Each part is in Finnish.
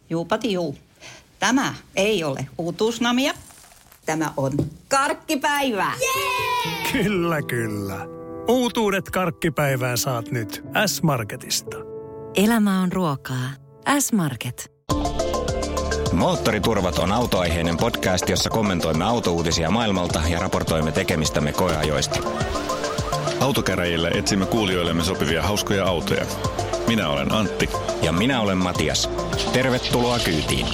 Juupati juu. Tämä ei ole uutuusnamia. Tämä on karkkipäivää. Yeah! Kyllä, kyllä. Uutuudet karkkipäivään saat nyt S-Marketista. Elämä on ruokaa. S-Market. Moottoriturvat on autoaiheinen podcast, jossa kommentoimme autouutisia maailmalta ja raportoimme tekemistämme koeajoista. Autokäräjillä etsimme kuulijoillemme sopivia hauskoja autoja. Minä olen Antti. Ja minä olen Matias. Tervetuloa kyytiin.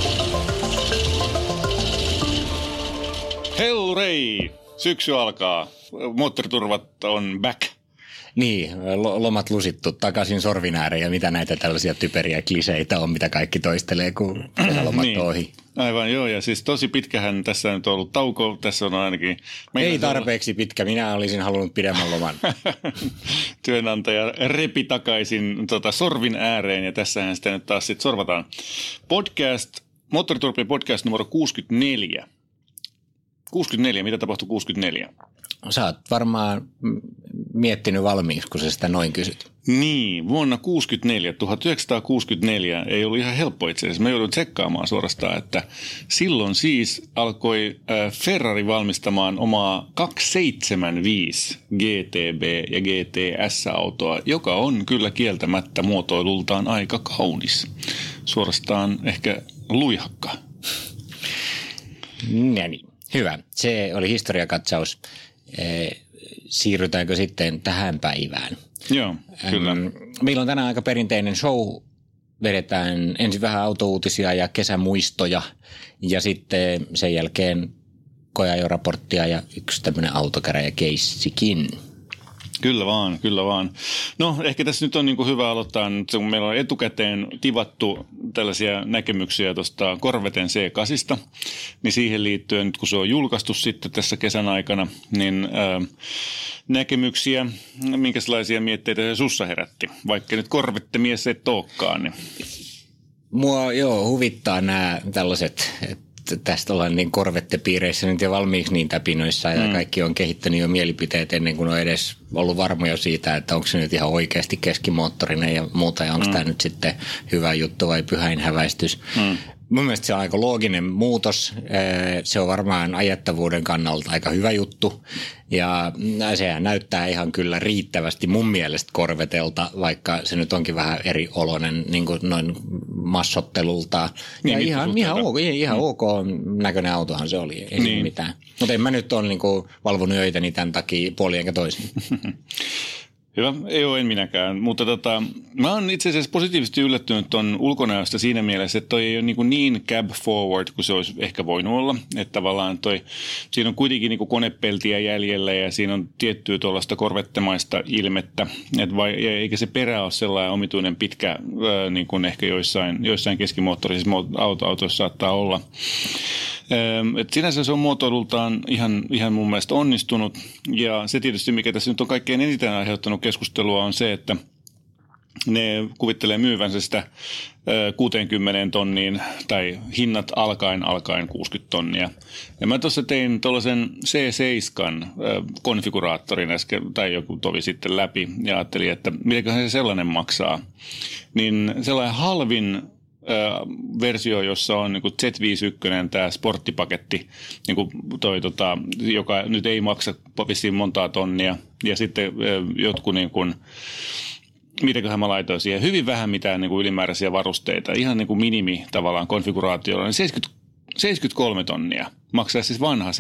Hellurei! Syksy alkaa. Moottoriturvat on back. Niin, lomat lusittu takaisin sorvin ääreen ja mitä näitä tällaisia typeriä kliseitä on, mitä kaikki toistelee, kun kesälomat niin. Ohi. Aivan joo, ja siis tosi pitkähän tässä nyt on ollut tauko, tässä on ainakin... Ei tarpeeksi pitkä, minä olisin halunnut pidemmän loman. Työnantaja repi takaisin sorvin ääreen ja tässähän sitä nyt taas sitten sorvataan. Moottoriturpien podcast numero 64. 64, mitä tapahtui 64? Sä oot varmaan miettinyt valmiiksi, kun sä sitä noin kysyt. Niin, vuonna 1964 ei ollut ihan helppo itse asiassa. Mä joudun tsekkaamaan suorastaan, että silloin siis alkoi Ferrari valmistamaan omaa 275 GTB ja GTS-autoa, joka on kyllä kieltämättä muotoilultaan aika kaunis. Suorastaan ehkä luihakka. Niin, hyvä. Se oli historiakatsaus. Siirrytäänkö sitten tähän päivään? Joo, kyllä. Meillä on tänään aika perinteinen show. Vedetään ensin vähän autouutisia ja kesämuistoja ja sitten sen jälkeen koeajoraporttia ja yksi tämmöinen autokäräjäkeissikin. Kyllä vaan, kyllä vaan. No ehkä tässä nyt on niin kuin hyvä aloittaa, kun meillä on etukäteen tivattu tällaisia näkemyksiä tuosta Corvetten C8, niin siihen liittyen nyt kun se on julkaistu sitten tässä kesän aikana, niin näkemyksiä, minkälaisia mietteitä se sussa herätti, vaikka nyt Corvette-mies et olekaan. Niin. Mua huvittaa nämä tällaiset, tästä ollaan niin Corvette-piireissä nyt jo valmiiksi niin täpinoissa ja kaikki on kehittänyt jo mielipiteet ennen kuin on edes ollut varmoja siitä, että onko se nyt ihan oikeasti keskimoottorinen ja muuta ja onko tämä nyt sitten hyvä juttu vai pyhäinhäväistys. Mun mielestä se on aika looginen muutos. Se on varmaan ajettavuuden kannalta aika hyvä juttu ja sehän näyttää ihan kyllä riittävästi mun mielestä Corvetelta, vaikka se nyt onkin vähän eri oloinen niin kuin noin massottelulta. Ja niin, ihan ok näköinen autohan se oli, ei niin. Mitään. Mutta en mä nyt ole niin kuin valvonut öitäni tämän takia puoli enkä toisin. Hyvä, ei ole en minäkään, mutta mä oon itse asiassa positiivisesti yllättynyt ton ulkonäöstä siinä mielessä, että toi ei ole niin cab forward kuin se olisi ehkä voinut olla, että tavallaan siinä on kuitenkin niin kuin konepeltiä jäljellä ja siinä on tiettyä tuollaista korvettemaista ilmettä, eikä se perä ole sellainen omituinen pitkä niin kuin ehkä joissain keskimoottorisissa autoissa saattaa olla. Et sinänsä se on muotoilultaan ihan mun mielestä onnistunut ja se tietysti mikä tässä nyt on kaikkein eniten aiheuttanut keskustelua on se, että ne kuvittelee myyvänsä sitä 60 tonniin tai hinnat alkaen 60 tonnia. Ja mä tuossa tein tuollaisen C7 konfiguraattorin äsken tai joku tovi sitten läpi ja ajattelin, että mitäköhän se sellainen maksaa. Niin sellainen halvin versio, jossa on niin kuin Z51, tämä sporttipaketti, niin kuin joka nyt ei maksa vissiin montaa tonnia. Ja sitten jotkut, niin kuin, mitäköhän mä laitoin siihen, hyvin vähän mitään niin kuin ylimääräisiä varusteita, ihan niin kuin minimi tavallaan konfiguraatiolla, niin 73 tonnia maksaa siis vanha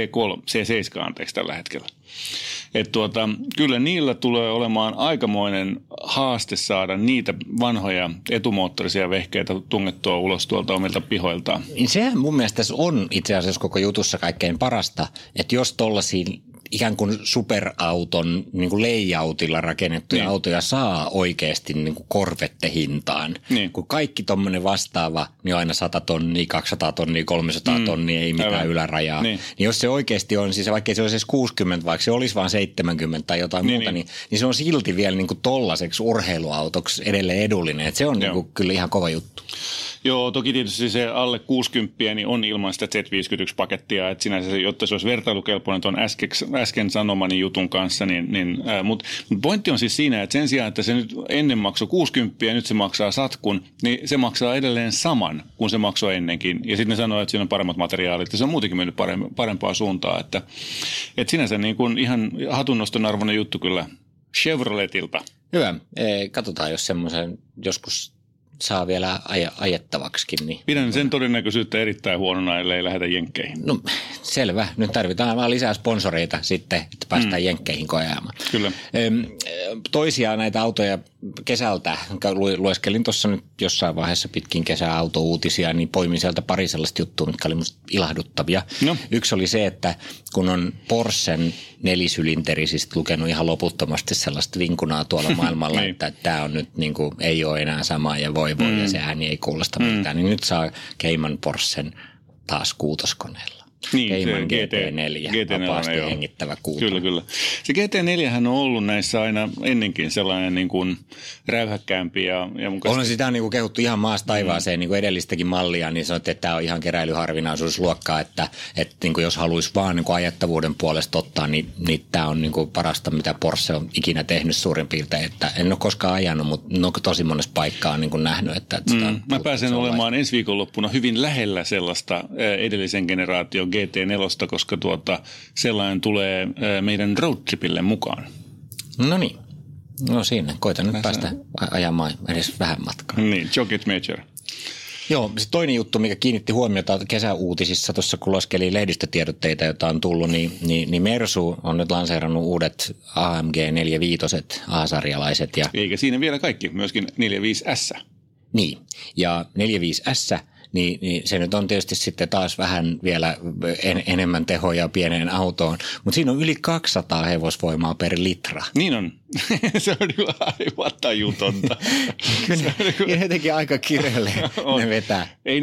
C7 tällä hetkellä. Että kyllä niillä tulee olemaan aikamoinen haaste saada niitä vanhoja etumoottorisia vehkeitä tungettua ulos tuolta omilta pihoiltaan. Sehän mun mielestä tässä on itse asiassa koko jutussa kaikkein parasta, että jos tollaisia ikään kuin superauton niin kuin layoutilla rakennettuja autoja saa oikeasti niin kuin Corvette-hintaan. Niin. Kun kaikki tommoinen vastaava, niin aina 100 tonnia, 200 tonnia, 300 tonnia, ei mitään ylärajaa. Niin jos se oikeasti on, siis vaikka se olisi edes 60, vaikka se olisi vaan 70 tai jotain muuta, niin se on silti vielä niin kuin tollaiseksi urheiluautoksi edelleen edullinen. Et se on niin kuin kyllä ihan kova juttu. Joo, toki tietysti se alle 60 niin on ilman sitä Z51-pakettia, että sinänsä, jotta se olisi vertailukelpoinen tuon äsken sanomani jutun kanssa, mutta pointti on siis siinä, että sen sijaan, että se nyt ennen maksoi 60 ja nyt se maksaa satkun, niin se maksaa edelleen saman kuin se maksoi ennenkin. Ja sitten ne sanoo, että siinä on paremmat materiaalit ja se on muutenkin mennyt parempaa suuntaa, että sinänsä niin kuin ihan hatunnoston arvoinen juttu kyllä Chevroletilta. Hyvä. Katsotaan, jos semmoisen joskus saa vielä ajettavaksikin. Niin. Pidän sen todennäköisyyttä erittäin huonona, ellei lähdetä jenkkeihin. No selvä. Nyt tarvitaan vaan lisää sponsoreita sitten, että päästään jenkkeihin koeamaan. Kyllä. Toisia näitä autoja kesältä, lueskelin tuossa nyt jossain vaiheessa pitkin kesäautouutisia, niin poimin sieltä pari sellaista juttua, mitkä oli musta ilahduttavia. No. Yksi oli se, että kun on Porschen nelisylinterisistä lukenut ihan loputtomasti sellaista vinkunaa tuolla maailmalla, niin. että tämä on nyt niin kuin, ei ole enää sama ja voi ja se ääni ei kuulosta mitään, niin nyt saa Cayman Porschen taas kuutoskoneella. Niin, Cayman GT4, vapaasti hengittävä kuuto. Kyllä. Se GT4 on ollut näissä aina ennenkin sellainen niin kuin räyhäkkäämpi. On sitä niin kuin kehuttu ihan maasta taivaaseen niin kuin edellistäkin mallia, niin sanottiin, että tämä on ihan keräilyharvinaisuusluokkaa, että niin kuin jos haluaisi vaan niin kuin ajettavuuden puolesta ottaa, niin tämä on niin kuin parasta, mitä Porsche on ikinä tehnyt suurin piirtein. Että en ole koskaan ajanut, mutta tosi monessa paikkaa on niin kuin nähnyt. Että sitä mä pääsen olemaan ensi viikonloppuna hyvin lähellä sellaista edellisen generaation GT4, koska sellainen tulee meidän roadtripille mukaan. No niin. No siinä. Koitan nyt päästä ajamaan edes vähän matkaa. Niin, Jockey Major. Joo, se toinen juttu, mikä kiinnitti huomiota kesäuutisissa tuossa, kun lueskeli lehdistötiedotteita, joita on tullut, niin Mersu on nyt lanseerannut uudet AMG 45 A-sarjalaiset. Eikä siinä vielä kaikki, myöskin 45S. Niin, ja 45S, niin se nyt on tietysti sitten taas vähän vielä enemmän tehoja pieneen autoon, mutta siinä on yli 200 hevosvoimaa per litra. Niin on. Se on aivan tajutonta. Kyllä ne jotenkin aika kireelle ne vetää.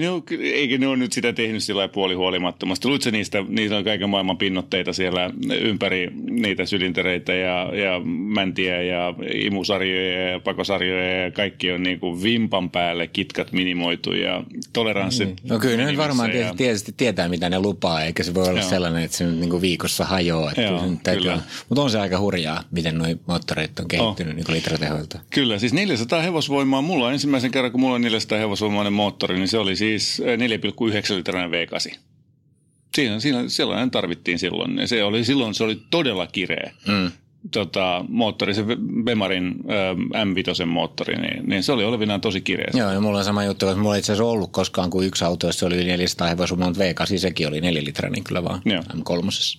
Eikä ne ole nyt sitä tehnyt sillä puolihuolimattomasti. Luitko niistä on kaiken maailman pinnotteita siellä ympäri niitä sylintereitä ja mäntiä ja imusarjoja ja pakosarjoja ja kaikki on niin kuin vimpan päälle kitkat minimoitu ja toleranssit. No kyllä ne nyt varmaan tietysti tietää, mitä ne lupaa, eikä se voi olla sellainen, että se nyt niin kuin viikossa hajoaa. Mutta on se aika hurjaa, miten nuo moottoreita on kehittynyt niin litratehoilta. Kyllä, siis 400 hevosvoimaa. Mulla on ensimmäisen kerran, kun mulla on 400 hevosvoimainen moottori, niin se oli siis 4,9 litrainen V8. Siinä sellainen tarvittiin silloin. Se oli todella kireä. Moottori, se Bemarin M5 moottori, niin se oli olevinaan tosi kireä. Joo, ja mulla on sama juttu, että mulla ei itse asiassa ollut koskaan kuin yksi auto, jossa oli 400 hevosvoimaa, mutta V8 sekin oli 4 litrainen kyllä vaan M3.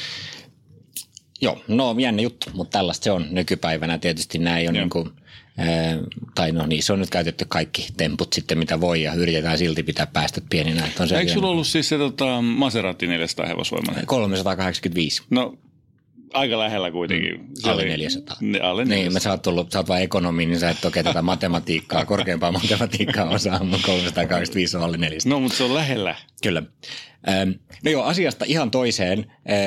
Joo, no jännä juttu, mutta tällaista se on nykypäivänä. Tietysti nämä ei ole niin kuin, se on nyt käytetty kaikki temput sitten mitä voi ja yritetään silti pitää päästöt pieninä. Eikö sulla ollut siis se Maserati 400 hevosvoimainen? 385. No aika lähellä kuitenkin. Alle 400. Alle 400. Niin, sä oot vaan ekonomi, niin sä et toki tätä matematiikkaa, korkeampaa matematiikkaa osaa, mutta 385 on alle 400. No, mutta se on lähellä. Kyllä. No joo, asiasta ihan toiseen.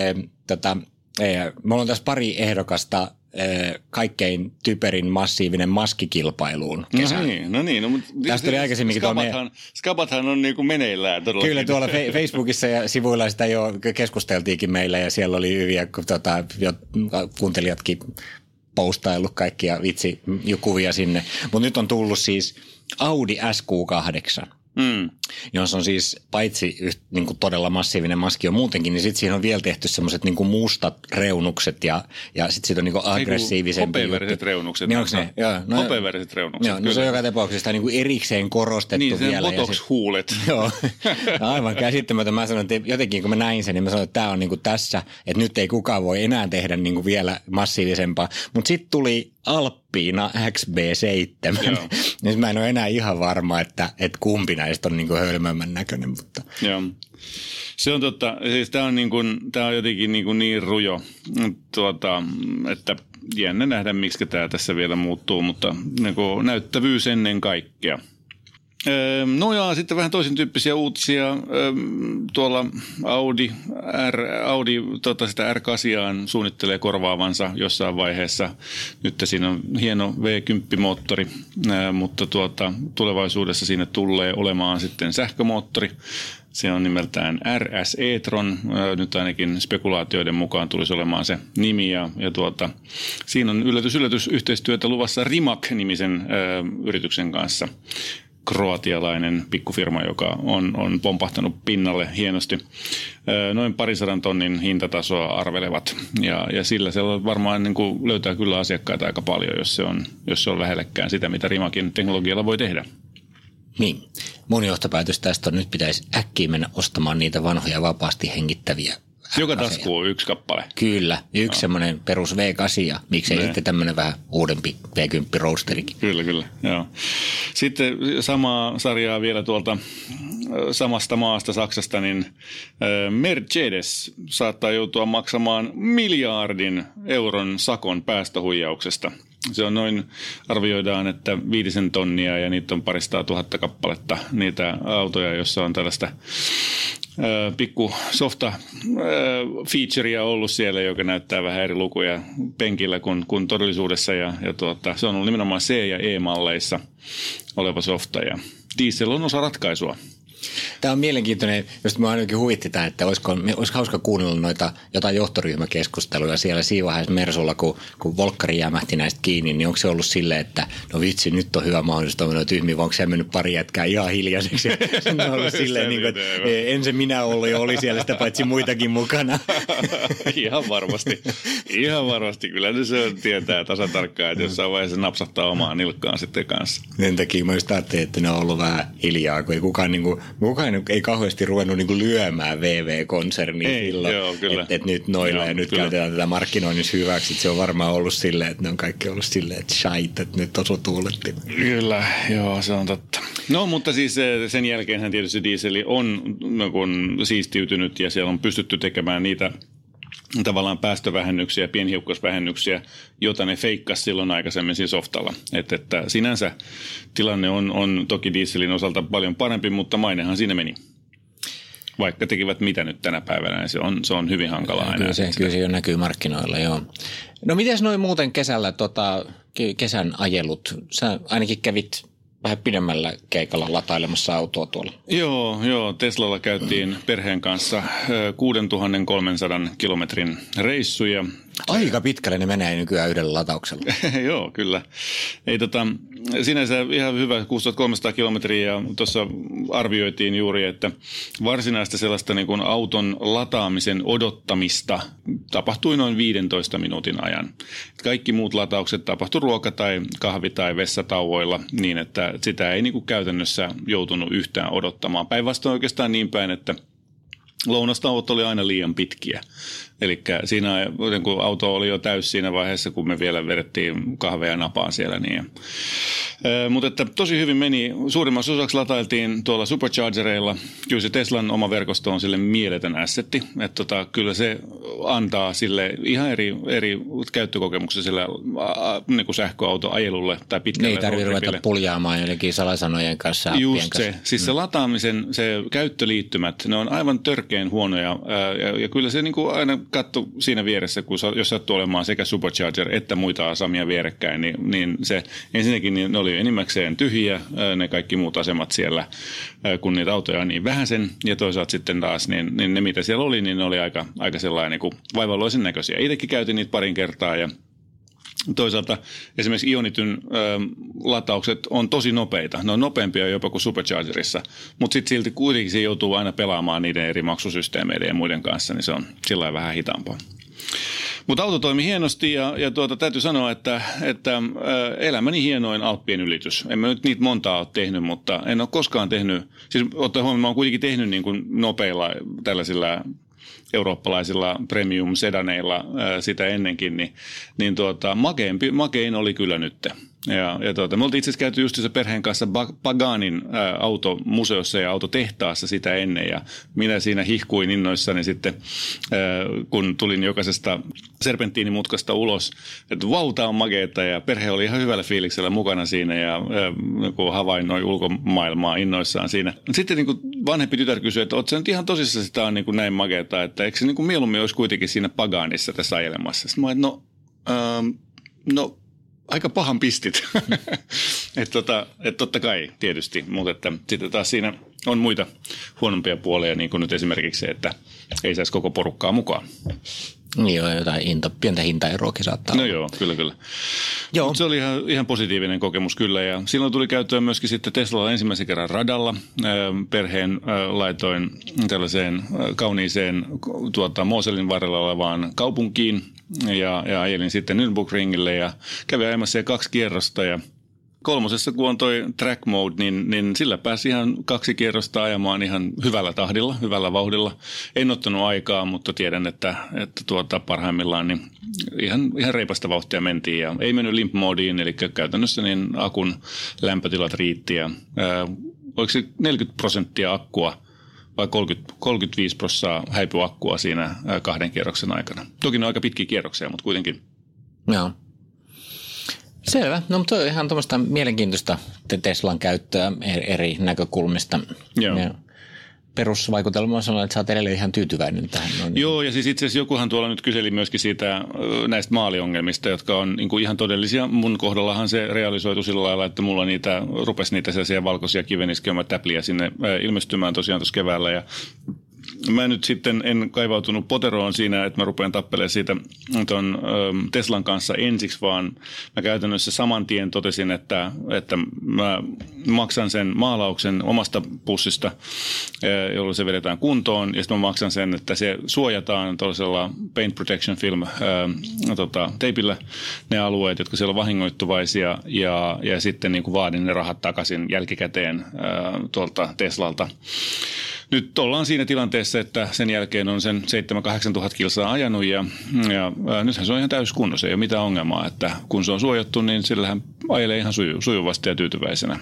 Mulla on tässä pari ehdokasta kaikkein typerin massiivinen maskikilpailuun kesään. No niin. No, tästä oli aikaisemminkin Skabathan on niin kuin meneillään todella. Kyllä tuolla Facebookissa ja sivuilla sitä jo keskusteltiinkin meillä ja siellä oli hyviä kuuntelijatkin postaillut kaikkia vitsikuvia sinne. Mutta nyt on tullut siis Audi SQ8. Jos on siis paitsi niin kuin todella massiivinen maski on muutenkin, niin sitten siihen on vielä tehty semmoiset niin kuin mustat reunukset ja sitten siitä on niin kuin aggressiivisempi juttu. Hopeaveriset reunukset. Niin onko ne? Hopeaveriset reunukset. Joo, no se on joka tapauksessa niin kuin erikseen korostettu niin, vielä. Niin, se botox-huulet. Joo, aivan käsittämätön. Mä sanoin, että jotenkin kun mä näin sen, niin mä sanoin, että tämä on niin kuin tässä, että nyt ei kukaan voi enää tehdä niin kuin vielä massiivisempaa. Mutta sitten tuli Alpina XB7. Niin mä en ole enää ihan varma, että kumpi näistä on niin kuin hölmömmän näköinen. Mutta. Joo. Se on totta. Siis tämä on jotenkin niin rujo, että jännä nähdä, miksi tämä tässä vielä muuttuu, mutta niin näyttävyys ennen kaikkea. No ja sitten vähän toisen tyyppisiä uutisia. Tuolla Audi sitä R8 suunnittelee korvaavansa jossain vaiheessa. Nyt siinä on hieno V10-moottori, mutta tulevaisuudessa siinä tulee olemaan sitten sähkömoottori. Se on nimeltään RS e-tron, nyt ainakin spekulaatioiden mukaan tulisi olemaan se nimi. Ja siinä on yllätys yhteistyötä luvassa Rimac-nimisen yrityksen kanssa. Kroatialainen pikkufirma, joka on pompahtanut pinnalle hienosti. Noin 200 tonnin hintatasoa arvelevat ja sillä se varmaan niin kuin löytää kyllä asiakkaita aika paljon, jos se on lähellekään sitä, mitä Rimacin teknologialla voi tehdä. Niin. Mun johtopäätös tästä on, nyt pitäisi äkkiä mennä ostamaan niitä vanhoja vapaasti hengittäviä. Joka tasku on yksi kappale. Kyllä, yksi semmoinen perus V8 ja miksei sitten tämmöinen vähän uudempi V10 roasterikin. Kyllä, joo. Sitten samaa sarjaa vielä tuolta samasta maasta Saksasta, niin Mercedes saattaa joutua maksamaan miljardin euron sakon päästöhuijauksesta. Se on noin, arvioidaan, että 5 tonnia ja niitä on 200 000 kappaletta niitä autoja, joissa on tällaista pikku softa featurea ollut siellä, joka näyttää vähän eri lukuja penkillä kuin todellisuudessa. Ja se on ollut nimenomaan C- ja E-malleissa oleva softa ja diesel on osa ratkaisua. Tämä on mielenkiintoinen, jos me ainakin huvitti tämän, että olisi hauska kuunnella noita jotain johtoryhmäkeskusteluja siellä siinä vaiheessa Mersulla, kun Volkkari jämähti näistä kiinni, niin onko se ollut silleen, että no vitsi, nyt on hyvä mahdollisuus toimia tyhmiä, vai onko se mennyt pari jätkää ihan hiljaiseksi? Se on ollut silleen, niin kuin, että ensin minä ollut ja oli siellä sitä paitsi muitakin mukana. Ihan varmasti. Kyllä se tietää tasatarkkaan, että jossain vaiheessa napsahtaa omaan nilkkaan sitten kanssa. Sen takia mä just ajattelin, että ne on ollut vähän hiljaa, kun ei kukaan ei kauheasti ruvennut niin kuin lyömään VV-konsernia silloin, että nyt noilla ja nyt käytetään tätä markkinoinnissa hyväksi. Se on varmaan ollut silleen, että ne on kaikki ollut silleen, että shite, että nyt osu tuuletti. Kyllä, joo, se on totta. No, mutta siis sen jälkeenhän tietysti dieseli on siistiytynyt ja siellä on pystytty tekemään niitä tavallaan päästövähennyksiä, pienhiukkasvähennyksiä, jota ne feikkasi silloin aikaisemmin siinä softalla. Että sinänsä tilanne on toki dieselin osalta paljon parempi, mutta mainehan siinä meni. Vaikka tekivät mitä nyt tänä päivänä, niin se on hyvin hankalaa aina. Kyllä se jo näkyy markkinoilla, joo. No mites noin muuten kesällä kesän ajelut? Sä ainakin kävit vähän pidemmällä keikalla latailemassa autoa tuolla. Joo. Teslalla käytiin perheen kanssa 6300 kilometrin reissuja. Aika pitkälle ne menee nykyään yhdellä latauksella. Joo, kyllä. Ei sinänsä ihan hyvä 6300 kilometriä ja tuossa arvioitiin juuri, että varsinaista sellaista niin kuin auton lataamisen odottamista tapahtui noin 15 minuutin ajan. Kaikki muut lataukset tapahtui ruoka- tai kahvi- tai vessatauoilla niin, että sitä ei niin kuin käytännössä joutunut yhtään odottamaan. Päinvastoin oikeastaan niin päin, että lounastauot oli aina liian pitkiä. Eli siinä kun auto oli jo täys siinä vaiheessa, kun me vielä vedettiin kahveja napaan siellä. Niin. Mutta että tosi hyvin meni. Suurimmassa osaksi latailtiin tuolla superchargereilla. Kyllä se Teslan oma verkosto on sille mieletön assetti. Että kyllä se antaa sille ihan eri käyttökokemuksia sille niin kuin sähköautoajelulle tai pitkälle. Ei tarvitse ruveta puljaamaan jotenkin salasanojen kanssa. Just se. Siis se lataamisen, se käyttöliittymät, ne on aivan törkeän huonoja. Ja kyllä se niin kuin aina katso siinä vieressä, jos sattuu olemaan sekä supercharger että muita asemia vierekkäin, niin se ensinnäkin niin ne oli enimmäkseen tyhjiä, ne kaikki muut asemat siellä, kun niitä autoja on niin vähäsen. Ja toisaalta sitten taas, niin ne mitä siellä oli, niin ne oli aika sellainen niin kuin vaivalloisen näköisiä. Itsekin käytin niitä parin kertaa ja toisaalta esimerkiksi Ionityn lataukset on tosi nopeita. Ne on nopeampia jopa kuin superchargerissa, mutta sitten silti kuitenkin se joutuu aina pelaamaan niiden eri maksusysteemeiden ja muiden kanssa, niin se on sillä vähän hitaampaa. Mutta auto toimi hienosti ja täytyy sanoa, että elämäni hienoin Alppien ylitys. En mä nyt niitä montaa ole tehnyt, mutta en ole koskaan tehnyt, siis ottaen huomioon, mä oon kuitenkin tehnyt niin kuin nopeilla tällaisilla eurooppalaisilla premium-sedaneilla sitä ennenkin, niin makein oli kyllä nyt. Ja me oltiin itse asiassa käyty just se perheen kanssa Paganin automuseossa ja autotehtaassa sitä ennen, ja minä siinä hihkuin innoissani sitten, kun tulin jokaisesta serpenttiinimutkasta ulos, että tää on makeeta, ja perhe oli ihan hyvällä fiiliksellä mukana siinä, ja kun havainnoi ulkomaailmaa innoissaan siinä. Sitten niin kuin vanhempi tytär kysyi, että ootko sä nyt ihan tosissaan, sitä on niin kuin näin makeeta, että eikö se niin kuin mieluummin olisi kuitenkin siinä Paganissa tässä ajelemassa. Sitten mä olin, no aika pahan pistit. Että totta kai tietysti, mutta että sitten taas siinä on muita huonompia puolia, niin kuin nyt esimerkiksi se, että ei saisi koko porukkaa mukaan. Niin joo, jotain pientä hintaeroakin saattaa olla. No joo, kyllä. Joo. Mutta se oli ihan positiivinen kokemus kyllä, ja silloin tuli käyttöön myöskin sitten Teslalla ensimmäisen kerran radalla. Perheen laitoin tällaiseen kauniiseen Mooselin varrella olevaan kaupunkiin, ja ajelin sitten Nürburgringille ja kävin ajamassa 2 kierrosta, ja 3. kun on toi track mode, niin sillä pääsi ihan 2 kierrosta ajamaan ihan hyvällä tahdilla, hyvällä vauhdilla. En ottanut aikaa, mutta tiedän, että parhaimmillaan niin ihan reipasta vauhtia mentiin. Ja ei mennyt limp modeen, eli käytännössä niin akun lämpötilat riitti. Ja, oliko se 40% akkua vai 35% häipyakkua siinä 2 kierroksen aikana? Toki ne on aika pitkiä kierroksia, mutta kuitenkin. Joo. Selvä. No, mutta on ihan tuommoista mielenkiintoista Teslan käyttöä eri näkökulmista. Joo. Ja perusvaikutelma on sellainen, että sä oot edelleen ihan tyytyväinen tähän. Joo, ja siis itse asiassa jokuhan tuolla nyt kyseli myöskin siitä näistä maaliongelmista, jotka on niin kuin ihan todellisia. Mun kohdallahan se realisoitu sillä lailla, että mulla rupesi niitä sellaisia valkoisia kiveniskeomätäpliä sinne ilmestymään tosiaan tuossa keväällä, ja mä nyt sitten en kaivautunut poteroon siinä, että mä rupean tappelemaan siitä ton Teslan kanssa ensiksi, vaan mä käytännössä saman tien totesin, että mä maksan sen maalauksen omasta pussista, jolloin se vedetään kuntoon, ja sitten mä maksan sen, että se suojataan tuollaisella paint protection film teipillä ne alueet, jotka siellä on vahingoittuvaisia, ja sitten niin kuin vaadin ne rahat takaisin jälkikäteen tuolta Teslalta. Nyt ollaan siinä tilanteessa, että sen jälkeen on sen 7-8 tuhat kilsaa ajanut, ja nythän se on ihan täyskunnossa, ei ole mitään ongelmaa, että kun se on suojattu, niin sillähän ajelee ihan sujuvasti ja tyytyväisenä.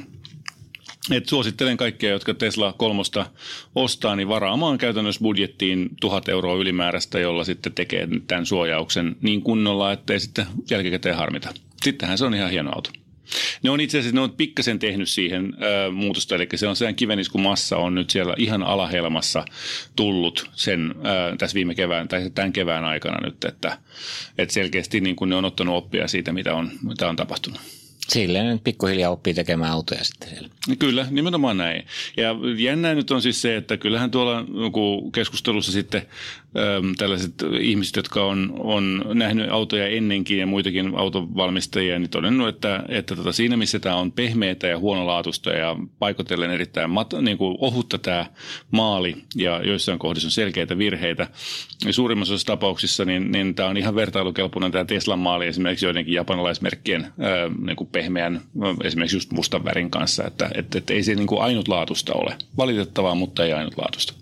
Et suosittelen kaikkia, jotka Tesla 3 ostaa, niin varaamaan käytännössä budjettiin 1 000 euroa ylimääräistä, jolla sitten tekee tämän suojauksen niin kunnolla, ettei sitten jälkikäteen harmita. Sittenhän se on ihan hieno auto. Ne on pikkasen tehnyt siihen muutosta, eli se on sehän kiveniskumassa on nyt siellä ihan alahelmassa tullut sen tässä viime kevään tai tämän kevään aikana nyt, että selkeästi niin kuin ne on ottanut oppia siitä, mitä on tapahtunut. Silleen nyt pikkuhiljaa oppii tekemään autoja sitten siellä. Kyllä, nimenomaan näin. Ja jännää nyt on siis se, että kyllähän tuolla keskustelussa sitten tällaiset ihmiset, jotka on nähnyt autoja ennenkin ja muitakin autovalmistajia, niin todennut, että siinä missä tämä on pehmeätä ja huonolaatuista ja paikotellen erittäin niin kuin ohutta tämä maali ja joissain kohdissa on selkeitä virheitä. Ja suurimmassa osassa tapauksissa niin tämä on ihan vertailukelpoinen tämä Teslan maali esimerkiksi joidenkin japanilaismerkkien niin kuin pehmeän, esimerkiksi just mustan värin kanssa, että ei se niin kuin ainutlaatuista ole. Valitettavaa, mutta ei ainutlaatuista.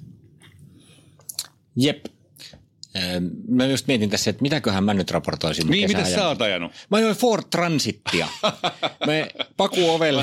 Jep. Mä just mietin tässä, että mitäköhän mä nyt raportoisin. Niin, mitä sä oot ajanut? Mä ajoin Ford Transitia. Me pakuovelle.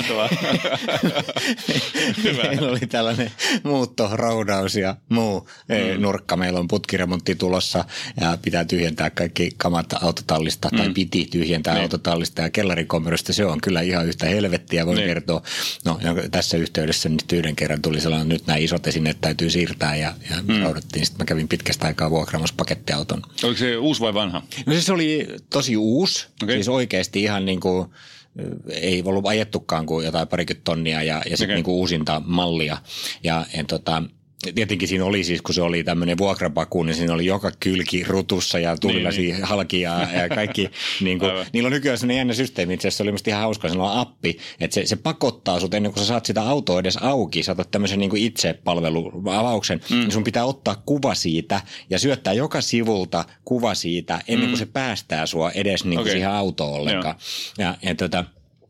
Meillä oli tällainen muuttoraudaus ja muu nurkka. Meillä on putkiremontti tulossa ja pitää tyhjentää kaikki kamat autotallista tai piti tyhjentää autotallista ja kellarikomerosta. Se on kyllä ihan yhtä helvettiä, voin kertoa. No, tässä yhteydessä nyt yhden kerran tuli sellainen, nyt nämä isot esineet täytyy siirtää ja raudattiin. Sitten mä kävin pitkästä aikaa vuokraamassa pakettiauton. Oliko se uusi vai vanha? No se oli tosi uusi, siis oikeasti ihan niin kuin ei ollut ajettukaan kuin jotain 20 tonnia ja sitten niin kuin uusinta mallia ja tietenkin siinä oli siis, kun se oli tämmöinen vuokrapaku, niin siinä oli joka kylki rutussa ja tulilasi halki ja kaikki. Niin kuin, niillä on nykyään sellainen jännä systeemi, itse asiassa se oli musta ihan hauskaa, sellainen on appi, että se pakottaa sut ennen kuin sä saat sitä autoa edes auki, sä otat tämmöisen niin kuin itsepalveluavauksen, niin sun pitää ottaa kuva siitä ja syöttää joka sivulta kuva siitä ennen kuin se päästää sua edes niin kuin siihen autoon ollenkaan.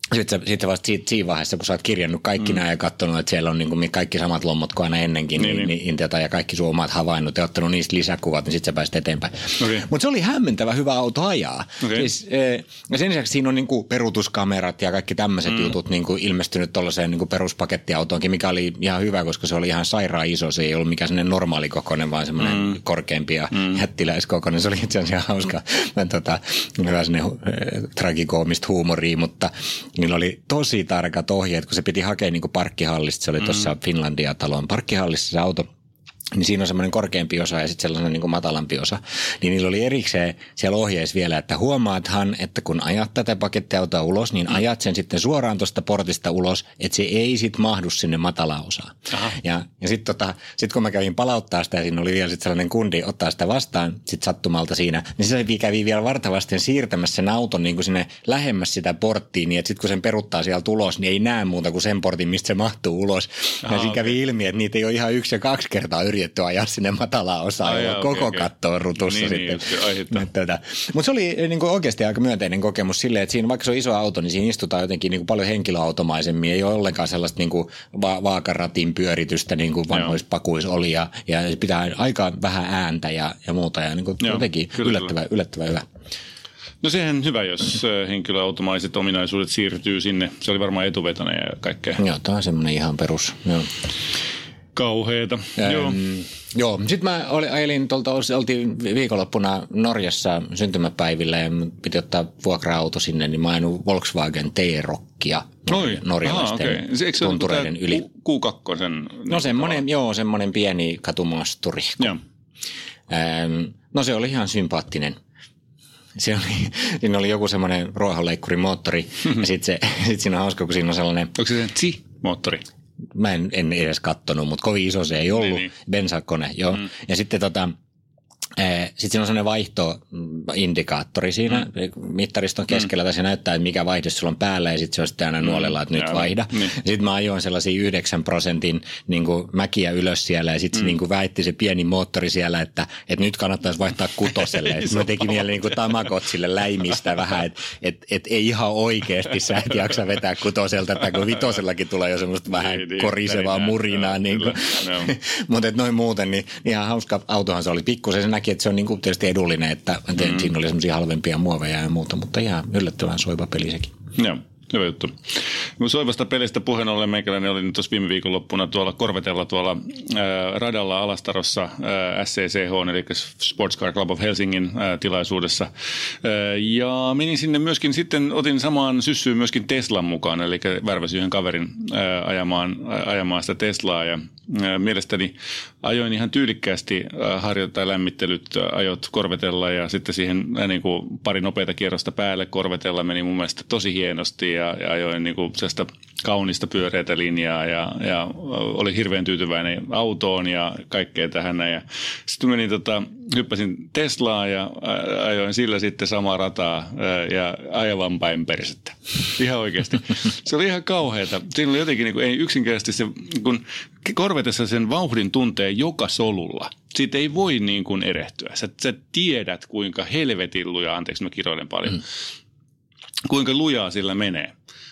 Sitten vasta siinä vaiheessa, kun sä oot kirjannut kaikki nämä ja katsonut, että siellä on niin kuin kaikki samat lommot kuin aina ennenkin, ja kaikki sun omat havainnut ja ottanut niistä lisäkuvat, niin sitten sä pääset eteenpäin. Okay. Mutta se oli hämmentävä hyvä auto ajaa. Okay. Siis, ja sen lisäksi siinä on niin kuin peruutuskamerat ja kaikki tämmöiset jutut niin kuin ilmestynyt tuollaiseen niin kuin peruspakettiautoonkin, mikä oli ihan hyvä, koska se oli ihan sairaan iso. Se ei ollut mikään sellainen normaalikokoinen, vaan semmoinen korkeampi ja jättiläiskokoinen. Se oli itse asiassa hauska. Hyvä sellainen tragikoomista huumoria, mutta niillä oli tosi tarkat ohjeet, kun se piti hakea niin kuin parkkihallista. Se oli tuossa Finlandia-talon parkkihallissa se auto. Niin siinä on semmoinen korkeampi osa ja sitten sellainen niin kuin matalampi osa. Niin niillä oli erikseen siellä ohjeessa vielä, että huomaathan, että kun ajat tätä pakettiautoa ulos, niin ajat sen sitten suoraan tuosta portista ulos, että se ei sitten mahdu sinne matalaan osaan. Ja sitten sit kun mä kävin palauttaa sitä, ja siinä oli vielä sitten sellainen kundi ottaa sitä vastaan sitten sattumalta siinä, niin se kävi vielä vartavasti siirtämässä sen auton niin kuin sinne lähemmäs sitä porttiin, niin että sitten kun sen peruttaa sieltä ulos, niin ei näe muuta kuin sen portin, mistä se mahtuu ulos. Ja siinä kävi ilmi, että niitä ei ole ihan 1 ja 2 kertaa yritetty ajaa sinne matalaan osaan, ja koko katto on rutussa sitten. Mutta se oli niin kuin oikeasti aika myönteinen kokemus silleen, että siinä, vaikka se on iso auto, niin siinä istutaan jotenkin niin kuin paljon henkilöautomaisemmin. Ei ole ollenkaan sellaista niin kuin vaakaratin pyöritystä, niin kuin vanhoissa pakuissa oli, ja se pitää aika vähän ääntä ja muuta, ja niin kuin jotenkin yllättävän hyvä. No sehän hyvä, jos henkilöautomaiset ominaisuudet siirtyy sinne. Se oli varmaan etuvetoinen ja kaikkea. Joo, tämä on semmoinen ihan perus, joo. Kauheeta. Joo. Sitten mä oltiin viikonloppuna Norjassa syntymäpäivillä ja piti ottaa vuokra-auto sinne, niin mä ajanut Volkswagen T-Rockia norjalaisten tuntureiden yli. Q2? No semmoinen pieni katumaasturi. No se oli ihan sympaattinen. Siinä oli joku semmoinen ruohonleikkurimoottori ja sitten siinä on hauska, kun siinä on sellainen... Onko se moottori? Mä en edes kattonut, mutta kovin iso se ei ollut. Bensakone, joo. Ja sitten sitten siinä on sellainen vaihtoindikaattori siinä mittariston keskellä, tai se näyttää, että mikä vaihde sulla on päällä, ja sitten se on sitten aina nuolella, että nyt vaihda. Sitten mä ajoin sellaisia 9% niin kuin mäkiä ylös siellä, ja sitten se niin kuin väitti se pieni moottori siellä, että nyt kannattaisi vaihtaa 6. Mä tekin mieleen niin kuin Tamagotsille läimistä vähän, että ei ihan oikeasti sä et jaksa vetää 6, että kun 5 tulee jo semmoista vähän korisevaa murinaa. Niin mutta noin muuten, niin ihan hauska autohan se oli. Pikkusen se näki, että se on niin kuin tietysti edullinen, että siinä oli semmoisia halvempia muoveja ja muuta, mutta ihan yllättävän soiva peli sekin. Joo, hyvä juttu. Soivasta pelistä puheen ollen meikäläinen oli nyt tuossa viime viikonloppuna tuolla Korvetella tuolla radalla Alastarossa SCCH, eli Sports Car Club of Helsingin tilaisuudessa. Ja menin sinne myöskin, sitten otin samaan syssyyn myöskin Teslan mukaan, eli värväsin yhden kaverin ajamaan sitä Teslaa ja mielestäni ajoin ihan tyylikkäästi lämmittelyt ajot Korvetella ja sitten siihen niin kuin pari nopeita kierrosta päälle Korvetella meni mun mielestä tosi hienosti ja ajoin niin kuin sellaista kaunista pyöreätä linjaa ja oli hirveän tyytyväinen autoon ja kaikkea tähän. Ja sitten menin hyppäsin Teslaa ja ajoin sillä sitten samaa rataa ja aivan päin persettä. Ihan oikeasti. Se oli ihan kauheata. Siinä oli jotenkin, niin kuin, ei yksinkertaisesti se, kun Korvetessa sen vauhdin tuntee joka solulla. Siitä ei voi niin kuin erehtyä. Sä tiedät, kuinka helvetin lujaa, anteeksi mä kiroilen paljon, kuinka lujaa sillä menee.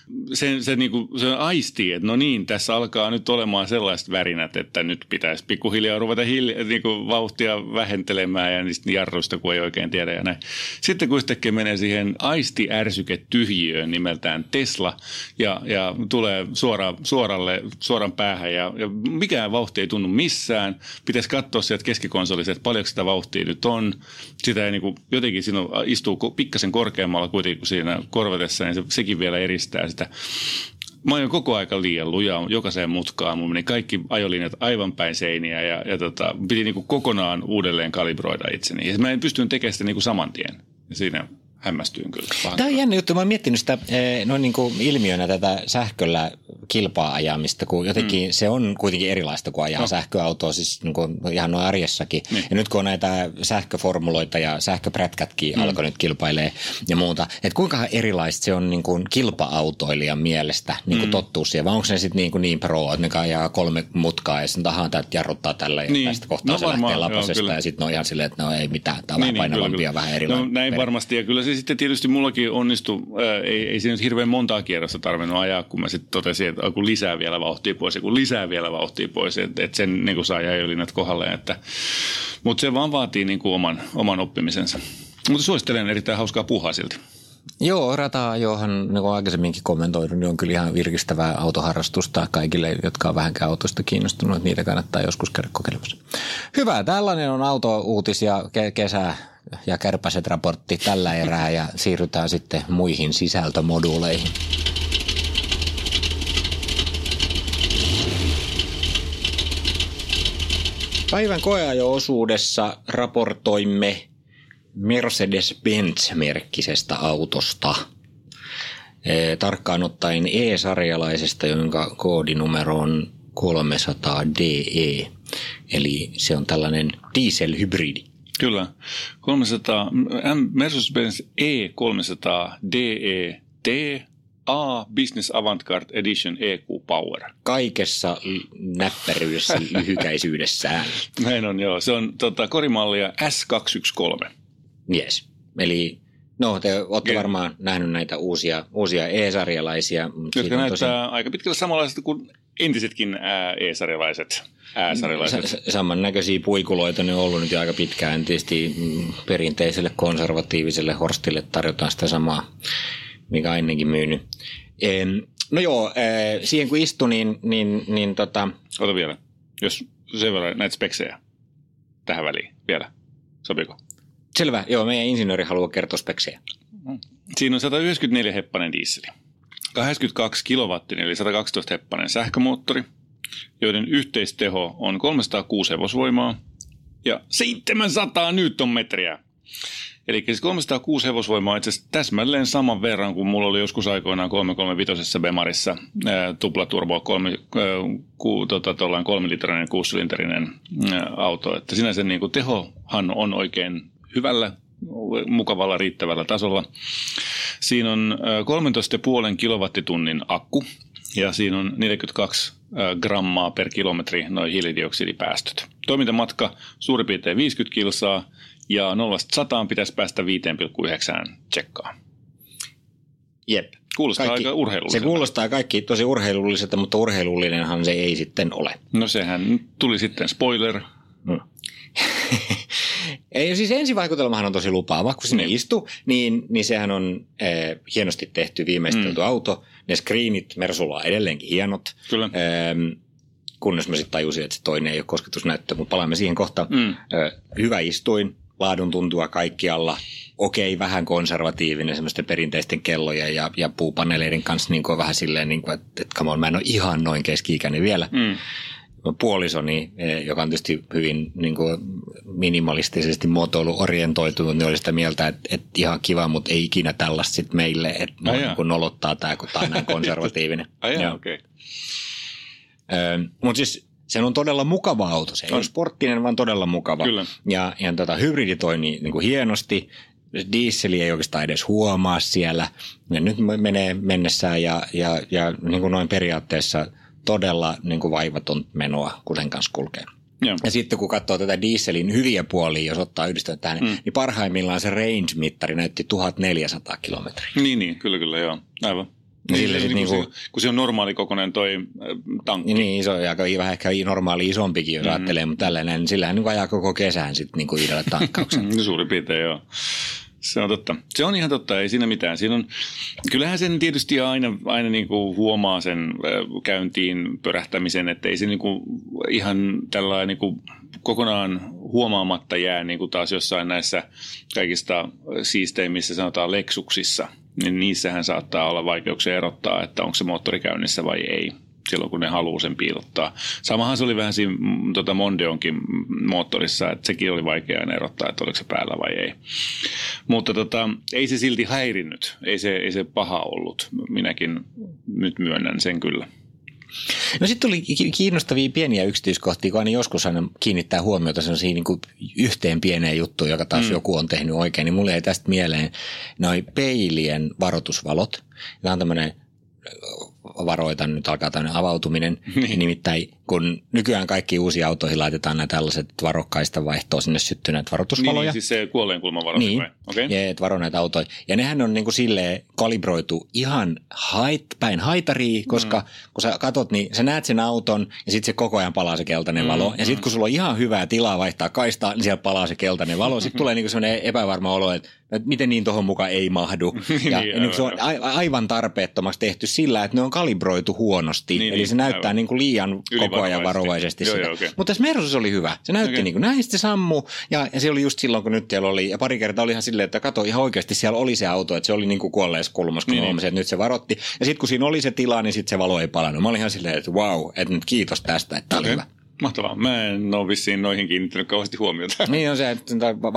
Se aistii, että no niin, tässä alkaa nyt olemaan sellaiset värinät, että nyt pitäisi pikkuhiljaa ruveta vauhtia vähentelemään ja niistä jarruista, kun ei oikein tiedä ja näin. Sitten kun yhtäkkiä menee siihen aistiärsyketyhjiöön nimeltään Tesla ja tulee suoran päähän ja mikään vauhti ei tunnu missään. Pitäisi katsoa sieltä keskikonsolista, että paljonko sitä vauhtia nyt on. Sitä ei jotenkin siinä istuu pikkasen korkeammalla kuitenkin kuin siinä Korvetessa, niin sekin vielä eristää sitä. Mä ajoin koko aika liian lujaa jokaiseen mutkaan. Mun meni kaikki ajolinjat aivan päin seiniä ja piti kokonaan uudelleen kalibroida itseni. Ja mä en pystynyt tekemään sitä saman tien. Ja siinä hämmästyin kyllä. Tämä on jännä juttu. Mä oon miettinyt sitä noin niin kuin ilmiönä tätä sähköllä kilpaa ajamista, kun jotenkin se on kuitenkin erilaista kuin ajaa sähköautoa, siis niin kuin ihan noin arjessakin. Ja nyt kun on näitä sähköformuloita ja sähköprätkätkin alkoi nyt kilpailee ja muuta, että kuinka erilaista se on niin kuin kilpa-autoilijan mielestä niin kuin tottuu siihen, vai onko ne sitten niin pro, että ne ajaa 3 mutkaa ja sitten tahan täältä jarruttaa tällä ja tästä kohtaa se lähtee lapasesta ja sitten on ihan silleen, että no ei mitään, tämä on vähän painavampi ja vähän erilainen. No näin varmasti ja kyllä se sitten tietysti mullakin onnistui, ei se nyt hirveän montaa kierrosta tarvinnut ajaa, kun mä sitten totesin, että kun lisää vielä vauhtia pois ja kun lisää vielä vauhtia pois, että sen niin kuin saa jäijölinnät kohdalle, mutta se vaan vaatii niin kuin oman oppimisensa. Mutta suosittelen erittäin hauskaa puuhaa silti. Joo, rata-ajohan, niin kuin aikaisemminkin kommentoidun, niin on kyllä ihan virkistävää autoharrastusta kaikille, jotka on vähänkään autosta kiinnostunut. Niitä kannattaa joskus käydä kokeilemassa. Hyvä, tällainen on auto-uutis ja kesä ja kärpäset raportti tällä erää ja siirrytään sitten muihin sisältömoduuleihin. Päivän koeajo-osuudessa raportoimme Mercedes-Benz-merkkisestä autosta. Tarkkaan ottaen E-sarjalaisesta, jonka koodinumero on 300DE. Eli se on tällainen dieselhybridi. Kyllä. 300, Mercedes-Benz E300DE T A Business Avantgarde Edition EQ Power. Kaikessa näppäryydessä, lyhykäisyydessään. Näin on, joo. Se on korimallia S213. Yes. Eli no, te olette varmaan nähnyt näitä uusia E-sarjalaisia. Jotka näyttää aika pitkälle samanlaiset kuin entisetkin E-sarjalaiset. Samannäköisiä puikuloita ne on ollut nyt jo aika pitkään. Tietysti perinteiselle konservatiiviselle Horstille tarjotaan sitä samaa, mikä ennenkin myynyt. No joo, siihen kun istui, niin Ota vielä, jos sen verran näitä speksejä tähän väliin vielä. Sopiiko? Selvä, joo, meidän insinööri haluaa kertoa speksejä. Siinä on 194-heppainen dieseli, 82 kilowattinen eli 112-heppainen sähkömoottori, joiden yhteisteho on 306 hevosvoimaa ja 700 newtonmetriä. Eli siis 306 hevosvoimaa on itse asiassa täsmälleen saman verran kuin mulla oli joskus aikoinaan 335 Bemarissa tuplaturbo 3-litrainen 6-sylinterinen auto. Että sinänsä niin kuin tehohan on oikein hyvällä, mukavalla, riittävällä tasolla. Siinä on 13,5 kilowattitunnin akku ja siinä on 42 grammaa per kilometri noin hiilidioksidipäästöt. Toimintamatka suurin piirtein 50 kilsaa. Ja 0-100 pitäisi päästä 5,9 tsekkaan. Jep. Kuulostaa aika urheilulliselta. Se kuulostaa kaikki tosi urheilulliselta, mutta urheilullinenhan se ei sitten ole. No sehän tuli sitten spoiler. Ei, siis ensivaikutelmahan on tosi lupaava. Kun sinne istuu, niin sehän on hienosti tehty, viimeistelty auto. Ne screenit Mersulla on edelleenkin hienot. Kyllä. Kunnes mä sitten tajusin, että se toinen ei ole kosketusnäyttö, mutta palaamme siihen kohta. Hyvä istuin, laadun tuntua kaikkialla. Okei, vähän konservatiivinen semmoisten perinteisten kellojen ja puupaneeleiden kanssa niin kuin vähän silleen, niin kuin, että come on, mä en ole ihan noin keski-ikäinen vielä. Puolisoni, joka on tietysti hyvin niin kuin minimalistisesti muotoiluorientoitunut, niin oli sitä mieltä, että ihan kiva, mutta ei ikinä tällaista sitten meille, että niin kuin nolottaa tämä, kun tämä on näin konservatiivinen. Okei. Mutta siis se on todella mukava auto. Se ei ole sporttinen, vaan todella mukava. Kyllä. Ja hybridi toimii niin kuin hienosti. Dieseli ei oikeastaan edes huomaa siellä. Ne nyt menee mennessään ja niin kuin noin periaatteessa todella niin kuin vaivaton menoa, kun sen kanssa kulkee. Ja sitten kun katsoo tätä dieselin hyviä puolia, jos ottaa yhdistelmät tähän, niin parhaimmillaan se range-mittari näytti 1400 kilometriä. Niin, kyllä, joo. Aivan. Kun se on normaali kokoinen toi tankki. Niin, iso ja vähän ehkä normaali isompikin, jos ajattelee, mutta tällainen, niin sillähän niin ajaa koko kesän sitten niin yhdellä tankkauksella. Suurin piirtein, joo. Se on totta. Se on ihan totta, ei siinä mitään. Siinä on, kyllähän sen tietysti aina niin kuin huomaa sen käyntiin pörähtämisen, että ei se niin kuin ihan tällainen niin kuin kokonaan huomaamatta jää niin kuin taas jossain näissä kaikista siisteimmissä, sanotaan Lexuksissa. Niin niissähän saattaa olla vaikeuksia erottaa, että onko se moottori käynnissä vai ei, silloin kun ne haluaa sen piilottaa. Samahan se oli vähän siinä Mondeonkin moottorissa, että sekin oli vaikea erottaa, että oliko se päällä vai ei. Mutta ei se silti häirinnyt, ei se paha ollut. Minäkin nyt myönnän sen kyllä. No sitten tuli kiinnostavia pieniä yksityiskohtia, kun aina joskus aina kiinnittää huomiota sellaisiin niin kuin yhteen pieneen juttuun, joka taas joku on tehnyt oikein. Niin mulle ei tästä mieleen noi peilien varoitusvalot. Tämä on tämmöinen, varoitan, nyt alkaa tämmöinen avautuminen. Nimittäin kun nykyään kaikki uusiin autoihin laitetaan nämä tällaiset varokkaista vaihtoa sinne syttyneet varoitusvaloja. Niin, siis se kuoleenkulmavaro. Niin, okay. Ja et varo näitä autoja. Ja nehän on niin kuin silleen kalibroitu ihan päin haitaria, koska kun sä katot, niin sä näet sen auton ja sitten se koko ajan palaa se keltainen valo. Ja sitten kun sulla on ihan hyvää tilaa vaihtaa kaistaa, niin siellä palaa se keltainen valo. Sitten tulee niin kuin sellainen epävarma olo, että miten niin tohon mukaan ei mahdu. Ja niin se on aivan tarpeettomaksi tehty sillä, että ne on kalibroitu huonosti. Eli se näyttää niin kuin liian koko ajan varovaisesti sitä. Okay. Mutta tässä Mersussa oli hyvä. Se näytti niin kuin näistä se sammuu. Ja se oli just silloin, kun nyt siellä oli. Ja pari kertaa oli ihan silleen, että kato ihan oikeasti siellä oli se auto. Että se oli niin kuin kuolleessa kulmassa, kun huomasin, että nyt se varotti. Ja sitten kun siinä oli se tila, niin sitten se valo ei palannut. Mä olin ihan silleen, että wow, että nyt kiitos tästä, että tämä oli hyvä. Mahtavaa. Mä en ole vissiin noihin kiinnittänyt kauheasti huomiota. Niin on se, että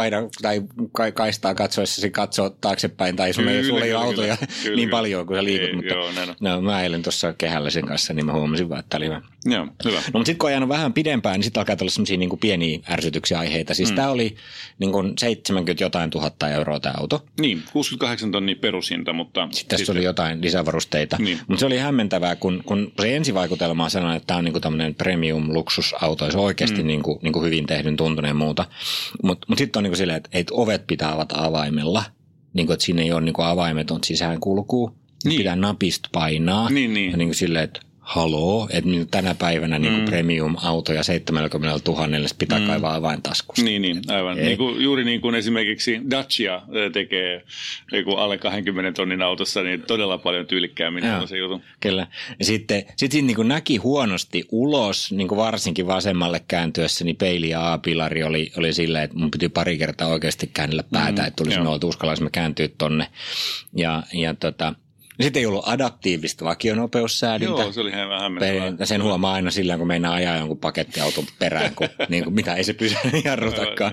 kaistaa katsoessasi katsoo taaksepäin, tai sulla ei ole autoja niin paljon kuin sä liikut, mutta mä eilen tuossa kehällä sen kanssa, niin mä huomasin vaan, että tämä oli hyvä. Joo, hyvä. No, mutta sitten kun ajanut vähän pidempään, niin sitten alkaa tulla sellaisia niin kuin pieniä ärsytyksiä aiheita. Siis tämä oli niin kuin 70 jotain tuhatta euroa tämä auto. Niin, 68 tonnia perushinta, mutta... Sitten tässä oli jotain lisävarusteita. Niin. Mutta se oli hämmentävää, kun se ensivaikutelma on sellainen, että tämä on niin kuin tämmöinen premium-luksusauto, ja se on oikeasti niin kuin hyvin tehdyn tuntuneen muuta. Mutta sitten on niin kuin silleen, että ovet pitää avata avaimella. Niin kuin, että siinä ei ole niin kuin avaimet on sisäänkulkuu. Niin. Pitää napista painaa. Niin. Ja niin kuin silleen, että haloo, että tänä päivänä niin kuin premium-autoja 70 000 pitää kaivaa avaintaskusta. Niin, aivan. Juuri niin kuin esimerkiksi Dacia tekee alle 20 tonnin autossa, niin todella paljon tyylikkäämmin on se juttu. Kyllä. Ja sitten siinä niin kuin näki huonosti ulos, niin kuin varsinkin vasemmalle kääntyessä, niin peili ja A-pilari oli silleen, että mun piti pari kertaa oikeasti käännellä päätä, että tulisi että uskaltaisimme kääntyä tonne. Ja sitten ei ollut adaptiivista vakionopeussäädintä. Joo, se oli vähän hämmentävää. Sen huomaa aina sillä, kun meinaa ajaa jonkun pakettiauton perään, kun, niin kuin, mitä ei se pysy jarrutakaan.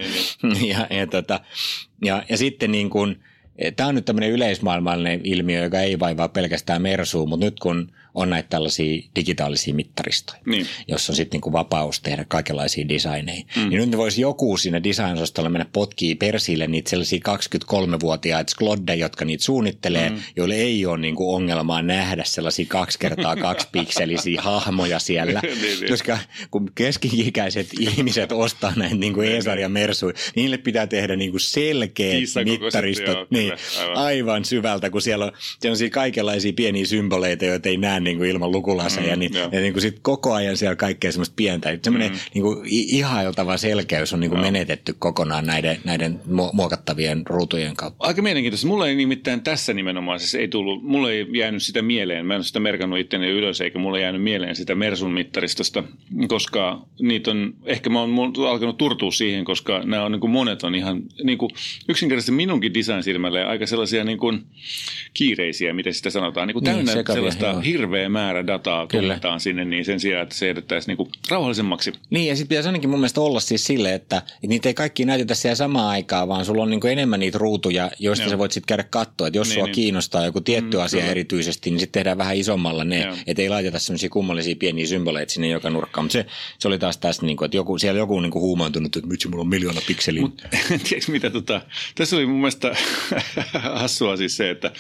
Ja sitten niin kuin, tämä on nyt tämmöinen yleismaailmallinen ilmiö, joka ei vaivaa pelkästään Mersua, mutta nyt kun on näitä tällaisia digitaalisia mittaristoja, jossa on sitten niin kuin vapaus tehdä kaikenlaisia designeja, niin nyt voisi joku siinä design-osastolla mennä potkii persille niitä sellaisia 23-vuotiaita skloddeja, jotka niitä suunnittelee, joille ei ole niin kuin ongelmaa nähdä sellaisia 2x2 pikselisiä hahmoja siellä, koska kun keski-ikäiset ihmiset ostaa näitä niin kuin Esar ja Mersuja, niin niille pitää tehdä niin kuin selkeät mittaristot aivan syvältä, kun siellä on sellaisia kaikenlaisia pieniä symboleita, joita ei näe niin kuin ilman lukulaseja, ja niin kuin sit koko ajan siellä kaikkea semmoista pientä. Semmoinen niin kuin ihailtava selkeys on niin kuin menetetty kokonaan näiden muokattavien ruutujen kautta. Aika mielenkiintoista. Mulla ei nimittäin tässä nimenomaan, siis mulla ei jäänyt sitä mieleen. Mä en ole sitä merkannut itteni ylös, eikä mulla jäänyt mieleen sitä Mersun mittaristosta, koska niitä on, ehkä mä oon alkanut turtua siihen, koska nämä on niin kuin monet on ihan niin kuin yksinkertaisesti minunkin design-silmälle aika sellaisia niin kuin kiireisiä, miten sitä sanotaan, niin kuin täynnä sellaista hirveä määrä dataa kuljetaan sinne, niin sen sijaan, että se edettäisiin niinku rauhallisemmaksi. Niin, ja sitten pitäisi ainakin mun mielestä olla siis silleen, että niitä ei kaikki näytetä siellä samaan aikaan, vaan sulla on niinku enemmän niitä ruutuja, joista sä voit sitten käydä katsoa, että jos sua kiinnostaa joku tietty asia erityisesti, niin sitten tehdään vähän isommalla ne, että ei laiteta semmoisia kummallisia pieniä symboleita sinne joka nurkkaan, mutta se oli taas tässä, niinku, että siellä joku niinku huumaantunut, että nyt mulla on 1 000 000 pikseliä. Mutta tiedätkö mitä, tässä oli mun mielestä hassua siis se, että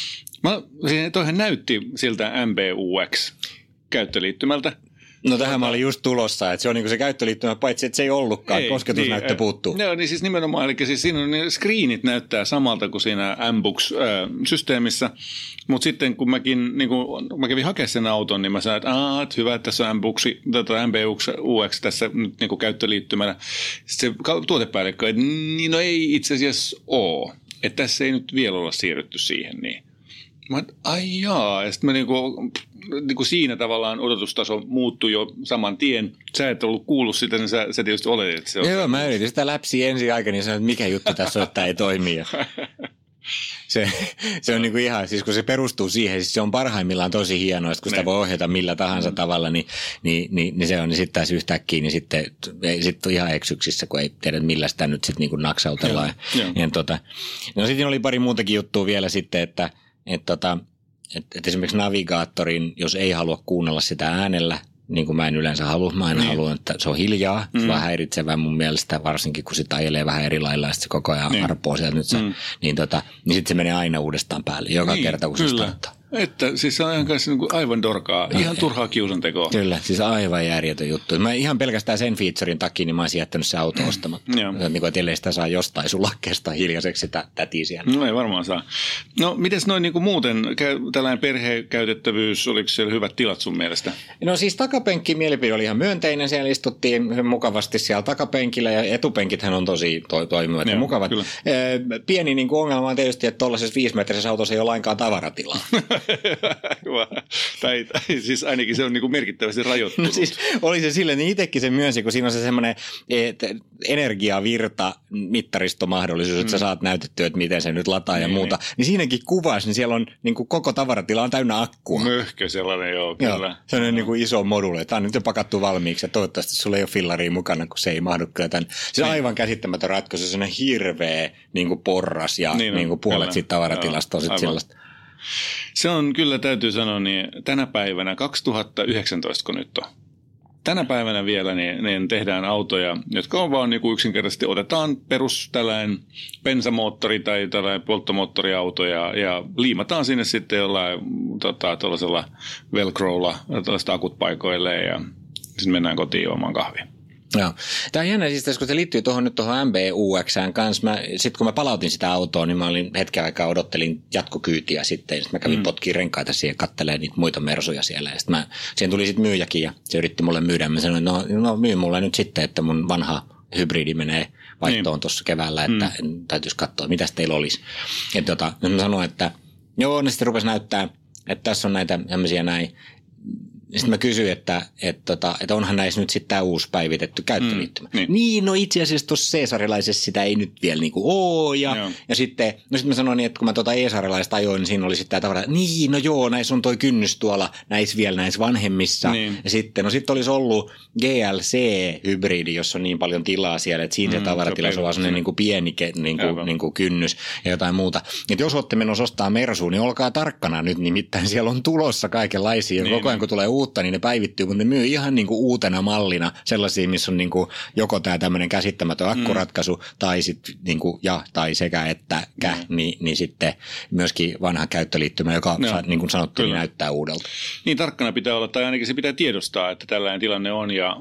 toihan näytti siltä MBUX käyttöliittymältä. No tähän mä olin just tulossa, että se on niin kuin se käyttöliittymä, paitsi että se ei ollutkaan, kosketusnäyttö puuttuu. Joo, niin siis nimenomaan, eli siis siinä on, ne screenit näyttää samalta kuin siinä MBUX-systeemissä, mutta sitten kun mä kävin hakemaan sen auton, niin mä sanoin, että hyvä, että tässä on MBUX tässä nyt niin käyttöliittymänä. Sitten se tuotepäällikkö, että niin no ei itse asiassa ole, että tässä ei nyt vielä olla siirrytty siihen niin. Mä ai jaa, ja sitten mä niinku siinä tavallaan odotustaso muuttui jo saman tien. Sä et ollut kuullut sitä, niin sä tietysti oletit, että se on... Joo, mä yritin sitä läpsiä ensi aikana, niin sanoin, että mikä juttu tässä on, että tämä ei toimi. Se on niinku ihan, siis kun se perustuu siihen, siis se on parhaimmillaan tosi hienoa, kun sitä voi ohjata millä tahansa tavalla, niin se on, niin sitten taas yhtäkkiä, niin sitten on ihan eksyksissä, kun ei tiedä, millä sitä nyt sitten niinku naksautellaan. No sitten oli pari muutakin juttua vielä sitten, että että esimerkiksi navigaattorin, jos ei halua kuunnella sitä äänellä, niin kuin mä en yleensä halua, mä aina haluan, että se on hiljaa. Se on vähän häiritsevää mun mielestä, varsinkin kun sitä ajelee vähän eri lailla ja se koko ajan arpoo sieltä nyt se, niin sitten se menee aina uudestaan päälle, joka kerta kun se starttaa. Että siis se on aivan dorkaa, ihan turhaa kiusantekoa. Kyllä, siis aivan järjetön juttu. Mä ihan pelkästään sen featurein takia, niin mä olisin jättänyt se auto ostamatta. Niin kuin, että ellei sitä saa jostain sulakkeesta hiljaiseksi sitä tätiä siellä. No ei varmaan saa. No mites noin niin kuin muuten, tällainen perhekäytettävyys, oliko siellä hyvät tilat sun mielestä? No siis takapenkki mielipide oli ihan myönteinen, siellä istuttiin mukavasti siellä takapenkillä ja etupenkithän on tosi toimivat ja mukavat. Kyllä. Pieni niin kuin ongelma on tietysti, että tuollaisessa 5-metrisessä autossa ei ole lainkaan tavaratilaa. tai siis ainakin se on niin merkittävästi rajoittunut. No siis oli se silleen, niin itsekin se myönsi, kun siinä on se semmoinen energiavirta mittaristomahdollisuus, että sä saat näytettyä, että miten se nyt lataa ja muuta. Niin siinäkin kuvassa, niin siellä on niin kuin koko tavaratila on täynnä akkua. Möhkö sellainen, joo, kyllä. Se on niin kuin iso moduli. Tämä on nyt jo pakattu valmiiksi ja toivottavasti sulla ei ole fillaria mukana, kun se ei mahdu kyllä tämän. Se on aivan käsittämätön ratkaisu, se on hirveä niin kuin porras ja niin kuin puolet siitä tavaratilasta on sitten sellaista. Se on kyllä, täytyy sanoa, niin tänä päivänä, 2019 kun nyt on, tänä päivänä vielä niin tehdään autoja, jotka on vaan niin kuin yksinkertaisesti, otetaan perus tällainen bensamoottori tai tällainen polttomoottoriauto ja liimataan sinne sitten jollain tuollaisella velcrolla tällaista akut paikoille ja sitten mennään kotiin juomaan kahvia. Joo. Tämä on jännä siis, kun se liittyy tuohon MB-UX:ään kanssa. Sitten kun mä palautin sitä autoa, niin mä olin hetken aikaa odottelin jatkokyytiä sitten. Sitten mä kävin potkiin renkaita siihen, katselemaan niitä muita mersuja siellä. Ja sitten siihen tuli sitten myyjäkin ja se yritti mulle myydä. Mä sanoin, no myy mulle nyt sitten, että mun vanha hybridi menee vaihtoon tuossa keväällä, että täytyisi katsoa, mitäs teillä olisi. Ja mä sanoin, että joo, ne sitten rupesi näyttää, että tässä on näitä tämmöisiä näin. Sitten mä kysyin, että onhan näissä nyt sitten tämä uusi päivitetty käyttöliittymä. Niin, no itse asiassa tuossa C-sarilaisessa sitä ei nyt vielä niinku ole. Ja sitten mä sanoin, että kun mä E-sarilaista ajoin, niin siinä oli sitten tämä tavara. Niin, no joo, näissä on toi kynnys tuolla näissä vanhemmissa. Niin. Ja sitten olisi ollut GLC-hybridi, jossa on niin paljon tilaa siellä, että siinä se tavaratilassa on vaan sellainen niinku pieni niinku kynnys ja jotain muuta. Että jos olette menossa ostaa Mersuun, niin olkaa tarkkana nyt, nimittäin siellä on tulossa kaikenlaisia. Niin, koko ajan kun tulee uutta, niin ne päivittyy, mutta ne myy ihan niin kuin uutena mallina sellaisia, missä on niin kuin joko tämä tämmöinen käsittämätön akkuratkaisu tai sitten niin kuin tai sekä että niin sitten myöskin vanha käyttöliittymä, joka niin kuin sanottu, niin näyttää uudelta. Niin tarkkana pitää olla, tai ainakin se pitää tiedostaa, että tällainen tilanne on ja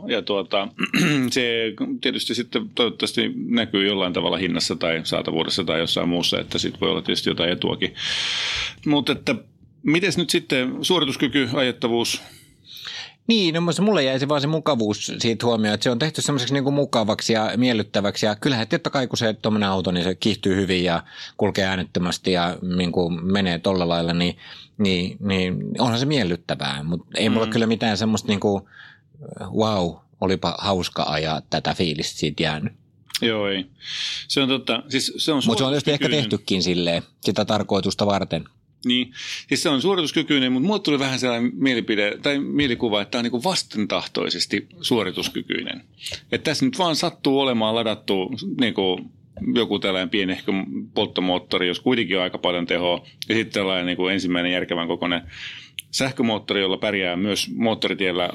se tietysti sitten toivottavasti näkyy jollain tavalla hinnassa tai saatavuudessa tai jossain muussa, että sitten voi olla tietysti jotain etuakin. Mutta että mites nyt sitten suorituskyky, ajettavuus? Niin, no mulle jäi se vaan se mukavuus siitä huomioon, että se on tehty semmoiseksi niin kuin mukavaksi ja miellyttäväksi. Ja kyllähän totta kai, kun se tuommoinen auto, niin se kiihtyy hyvin ja kulkee äänettömästi ja niin kuin menee tolla lailla, niin onhan se miellyttävää. Mutta ei mulla kyllä mitään semmoista niin kuin, wow, olipa hauska ajaa tätä fiilistä siitä jäänyt. Joo, ei. Se on totta. Siis mutta se on tietysti ehkä tehtykin silleen, sitä tarkoitusta varten. Niin, siis se on suorituskykyinen, mutta mulle tuli vähän sellainen mielipide tai mielikuva, että tämä on niin kuin vastentahtoisesti suorituskykyinen. Että tässä nyt vaan sattuu olemaan ladattu niin kuin joku tällainen pieni ehkä polttomoottori, jos kuitenkin on aika paljon tehoa. Ja sitten tällainen niin kuin ensimmäinen järkevän kokoinen sähkömoottori, jolla pärjää myös moottoritiellä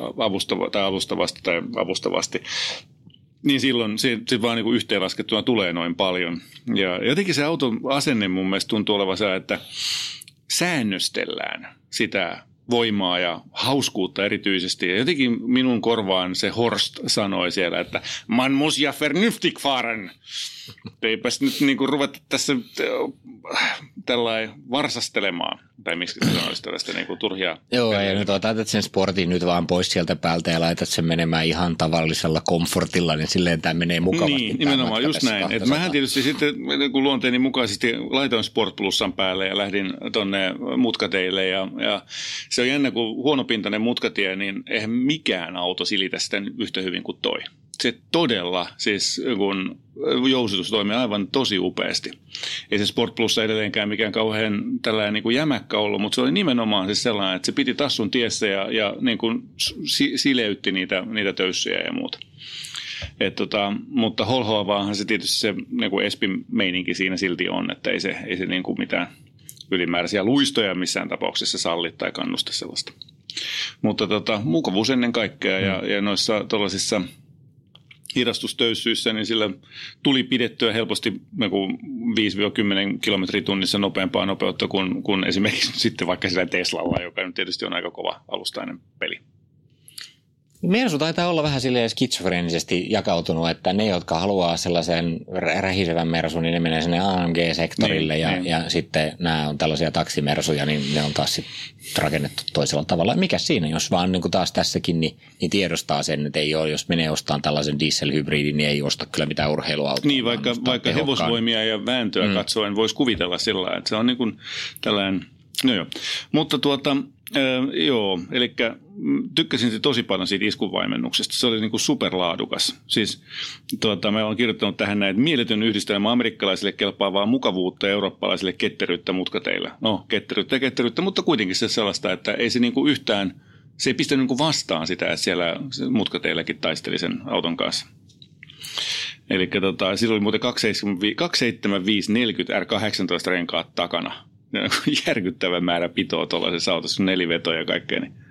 avustavasti. Niin silloin se vaan niin kuin yhteenlaskettuna tulee noin paljon. Ja jotenkin se auton asenne mun mielestä tuntuu olevan se, että säännöstellään sitä voimaa ja hauskuutta erityisesti. Ja jotenkin minun korvaan se Horst sanoi siellä, että man muss ja vernünftig fahren. Eipäs nyt niin kuin ruveta tässä tällainen varsastelemaan. Tai miksi se olisi tällaista niin kuin turhia. Joo, ja nyt otat sen sportin nyt vaan pois sieltä päältä ja laitat sen menemään ihan tavallisella komfortilla, niin silleen tämä menee mukavasti. Niin, nimenomaan just näin. Et mähän tietysti sitten kun luonteeni mukaisesti laitoin Sport Plusan päälle ja lähdin tonne mutkateille. Ja se on jännä, kun huonopintainen mutkatie, niin eihän mikään auto silitä sitä yhtä hyvin kuin toi. Se todella, siis kun jousitus toimii aivan tosi upeasti. Ei se Sport Plussa edelleenkään mikään kauhean tällainen niin kuin jämäkkä ollut, mutta se oli nimenomaan siis sellainen, että se piti tassun tiessä ja niin kuin sileytti niitä töyssyjä ja muuta. Mutta holhoavaahan se tietysti se niin kuin Espin meininki siinä silti on, että ei se niin kuin mitään ylimääräisiä luistoja missään tapauksessa salli tai kannusta sellaista. Mutta mukavuus ennen kaikkea ja noissa tuollaisissa hidastustöyssyissä, niin sillä tuli pidettyä helposti 5-10 kilometriä tunnissa nopeampaa nopeutta kuin esimerkiksi sitten vaikka sillä Teslalla, joka nyt tietysti on aika kova alustainen peli. Mersu taitaa olla vähän silleen skitsofreenisesti jakautunut, että ne, jotka haluaa sellaisen rähisevän Mersun, niin ne menee sinne AMG-sektorille ja sitten nämä on tällaisia taksimersuja, niin ne on taas sitten rakennettu toisella tavalla. Mikä siinä, jos vaan niin kuin taas tässäkin, niin tiedostaa sen, että ei ole, jos menee ostamaan tällaisen dieselhybridin, niin ei osta kyllä mitään urheiluautoa. Niin, vaikka hevosvoimia ja vääntöä katsoen voisi kuvitella sillä lailla, että se on niin kuin tällainen, no joo. Mutta joo, eli tykkäsin tosi paljon siitä iskuvaimennuksesta. Se oli niin kuin superlaadukas. Siis mä olen kirjoittanut tähän näin, että mieletön yhdistelmä amerikkalaisille kelpaavaa mukavuutta ja eurooppalaisille ketteryyttä mutkateillä. No, ketteryyttä, mutta kuitenkin se sellaista, että ei se niin kuin yhtään, se ei pistänyt niin kuin vastaan sitä, että siellä mutkateilläkin taisteli sen auton kanssa. Eli sillä oli muuten 27540 R18 renkaat takana. Järkyttävä määrä pitoa tuollaisessa autossa, 4 ja kaikkea. Niin.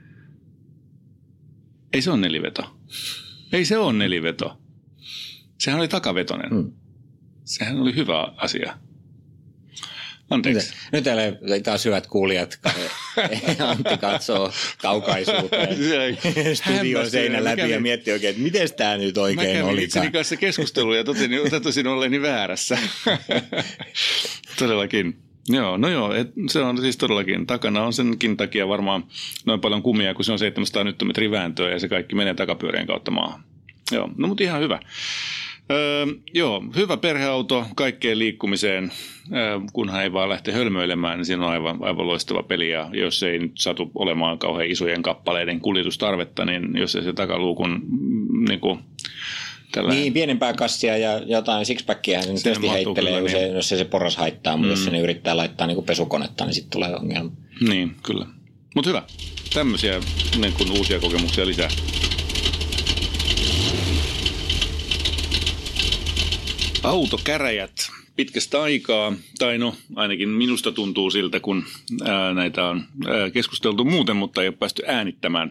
Ei se ole 4. Ei se ole 4. Sehän oli takavetoinen. Sehän oli hyvä asia. Anteeksi. Nyt taas hyvät kuulijat. Antti katsoo kaukaisuuteen studion seinän läpi ja miettii oikein, että miten tämä nyt oikein oli. Mä kävin itseni kanssa keskustelua ja totesin olleni väärässä. Todellakin. Joo, se on siis todellakin. Takana on senkin takia varmaan noin paljon kumia, kun se on 700 newtonmetrin vääntöä ja se kaikki menee takapyörien kautta maahan. Joo, no mutta ihan hyvä. Joo, hyvä perheauto kaikkeen liikkumiseen, kunhan ei vaan lähte hölmöilemään, niin siinä on aivan loistava peli. Ja jos ei nyt satu olemaan kauhean isojen kappaleiden kuljetustarvetta, niin jos ei se takaluukun niin, pienempää kassia ja jotain sixpackia niin tietysti heittelee, jos se porras haittaa, mutta jos ne yrittää laittaa niin kuin pesukonetta, niin sitten tulee ongelma. Niin, kyllä. Mutta hyvä. Tämmöisiä uusia kokemuksia lisää. Autokäräjät pitkästä aikaa, tai no ainakin minusta tuntuu siltä, kun näitä on keskusteltu muuten, mutta ei ole päästy äänittämään.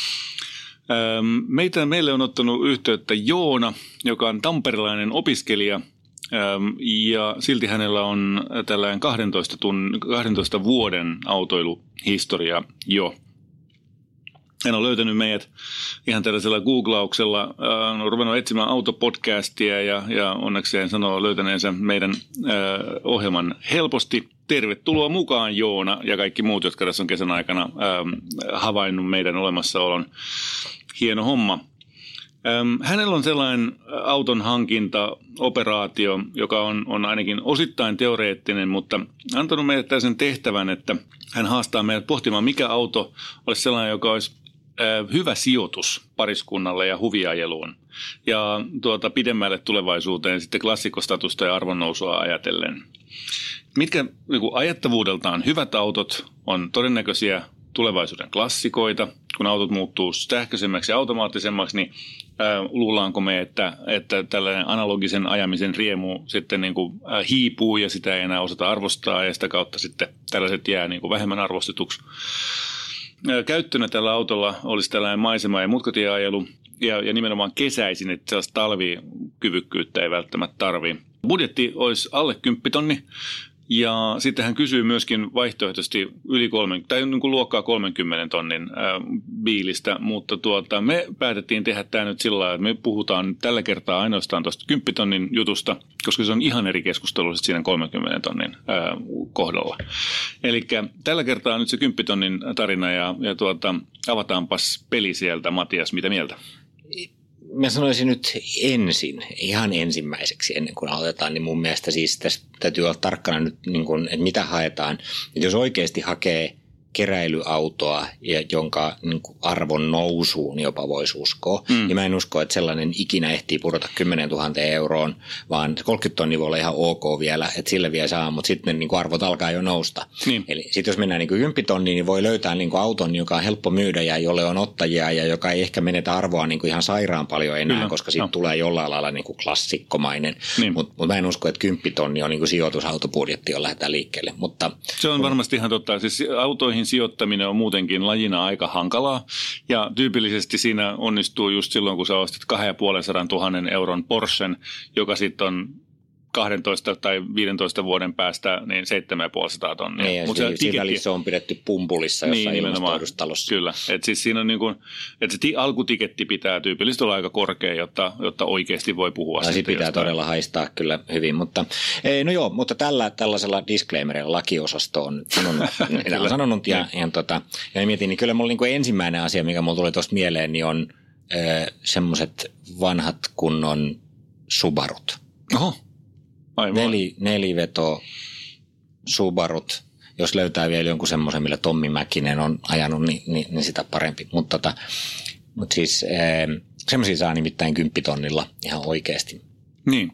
Meille on ottanut yhteyttä Joona, joka on tamperelainen opiskelija ja silti hänellä on tällainen 12 vuoden autoiluhistoria jo. Hän on löytänyt meidät ihan tällaisella googlauksella, on ruvennut etsimään autopodcastia ja onneksi hän sanoo löytäneensä meidän ohjelman helposti. Tervetuloa mukaan Joona ja kaikki muut, jotka tässä on kesän aikana havainnut meidän olemassaolon. Hieno homma. Hänellä on sellainen auton hankintaoperaatio, joka on ainakin osittain teoreettinen, mutta antanut meille tällaisen tehtävän, että hän haastaa meidät pohtimaan, mikä auto olisi sellainen, joka olisi hyvä sijoitus pariskunnalle ja huviajeluun. Ja pidemmälle tulevaisuuteen sitten klassikostatusta ja arvonnousua ajatellen. Mitkä ajettavuudeltaan hyvät autot on todennäköisiä tulevaisuuden klassikoita. Kun autot muuttuu sähköisemmäksi ja automaattisemmaksi, niin luullaanko me, että tällainen analogisen ajamisen riemu sitten hiipuu ja sitä ei enää osata arvostaa ja sitä kautta sitten tällaiset jää vähemmän arvostetuksi. Käyttönä tällä autolla olisi tällainen maisema- ja mutkatieajelu ja nimenomaan kesäisin, että sellaista talvikyvykkyyttä ei välttämättä tarvitse. Budjetti olisi alle 10 000 ja sitten hän kysyy myöskin vaihtoehtoisesti yli luokkaa 30 000 biilistä, mutta me päätettiin tehdä tämä nyt sillä lailla, että me puhutaan tällä kertaa ainoastaan tuosta 10 000 jutusta, koska se on ihan eri keskustelu siinä 30 000 kohdalla. Eli tällä kertaa nyt se 10 000 tarina ja avataanpas peli sieltä. Matias, mitä mieltä? Mä sanoisin nyt ihan ensimmäiseksi ennen kuin aloitetaan, niin mun mielestä siis tässä täytyy olla tarkkana nyt, että mitä haetaan. Että jos oikeasti hakee keräilyautoa, jonka niin kuin arvon nousuun jopa voisi uskoa, niin mä en usko, että sellainen ikinä ehtii pudota 10 000 euroon, vaan 30 tonnia voi olla ihan ok vielä, että sille vielä saa, mutta sitten niin kuin arvot alkaa jo nousta. Niin. Eli sitten jos mennään niin kuin 10 tonniin, niin voi löytää niin kuin auton, joka on helppo myydä ja jolle on ottajia ja joka ei ehkä menetä arvoa niin kuin ihan sairaan paljon enää, koska siitä tulee jollain lailla niin kuin klassikkomainen. Niin. Mutta mä en usko, että 10 tonnia on niin kuin sijoitusautobudjetti, jolla lähdetään liikkeelle. Mutta se on varmasti ihan totta. Siis autoihin sijoittaminen on muutenkin lajina aika hankalaa ja tyypillisesti siinä onnistuu just silloin, kun sä ostat 250 000 euron Porschen, joka sitten on 12 tai 15 vuoden päästä niin 750 tonnia. Niin, mutta siinä välissä on pidetty pumpulissa jossain ilmastoidustalossa. Kyllä, että siis siinä on niin kuin, että se alkutiketti pitää tyypillisesti olla aika korkea, jotta oikeasti voi puhua. No, siitä pitää todella haistaa kyllä hyvin, mutta no joo, mutta tällaisella disclaimerilla lakiosasto on sanonut ja mietin, niin kyllä mulla niin kuin ensimmäinen asia, mikä mulla tuli tuosta mieleen, niin on semmoiset vanhat kunnon Subarut. Oho. Neliveto Subarut, jos löytää vielä jonkun semmoisen, millä Tommi Mäkinen on ajanut, niin sitä parempi. Mutta siis semmoisia saa nimittäin 10 tonnilla ihan oikeasti. Niin.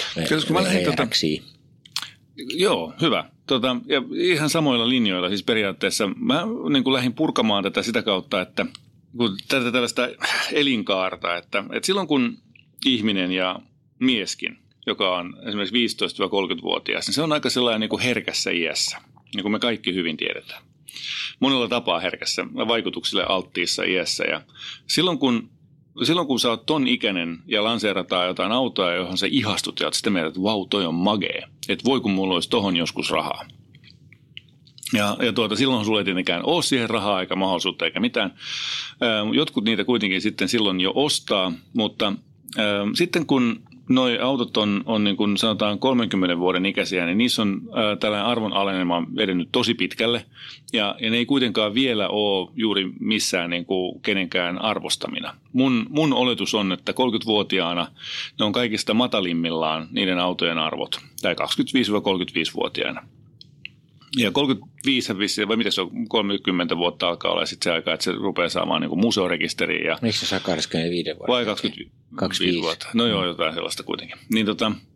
Joo, hyvä. Ja ihan samoilla linjoilla siis periaatteessa. Mä niin kuin lähdin purkamaan tätä sitä kautta, että tätä tällaista elinkaarta, että silloin kun ihminen ja mieskin, joka on esimerkiksi 15-30-vuotias, niin se on aika sellainen niin kuin herkässä iässä, niin kuin me kaikki hyvin tiedetään. Monella tapaa herkässä vaikutuksille alttiissa iässä. Ja silloin kun sä oot ton ikäinen ja lanseerataan jotain autoa, johon sä ihastut ja oot sitä mieltä, että vau, toi on magee. Että voi kun mulla olisi tohon joskus rahaa. Ja silloin sulla ei tietenkään ole siihen rahaa eikä mahdollisuutta eikä mitään. Jotkut niitä kuitenkin sitten silloin jo ostaa, mutta sitten kun noi autot on niin kuin sanotaan 30 vuoden ikäisiä, niin niissä on tällainen arvon alenema edennyt tosi pitkälle. Ja ne ei kuitenkaan vielä ole juuri missään niin kuin kenenkään arvostamina. Mun oletus on, että 30-vuotiaana ne on kaikista matalimmillaan niiden autojen arvot. Tai 25-35-vuotiaana. Ja 35, vai mitä se on, 30 vuotta alkaa olla sitten se aika, että se rupeaa saamaan niin kuin museorekisteriin. Ja miksi se saa 25 vuotta? Vai 25 vuotta? No joo, jotain sellaista kuitenkin. Niin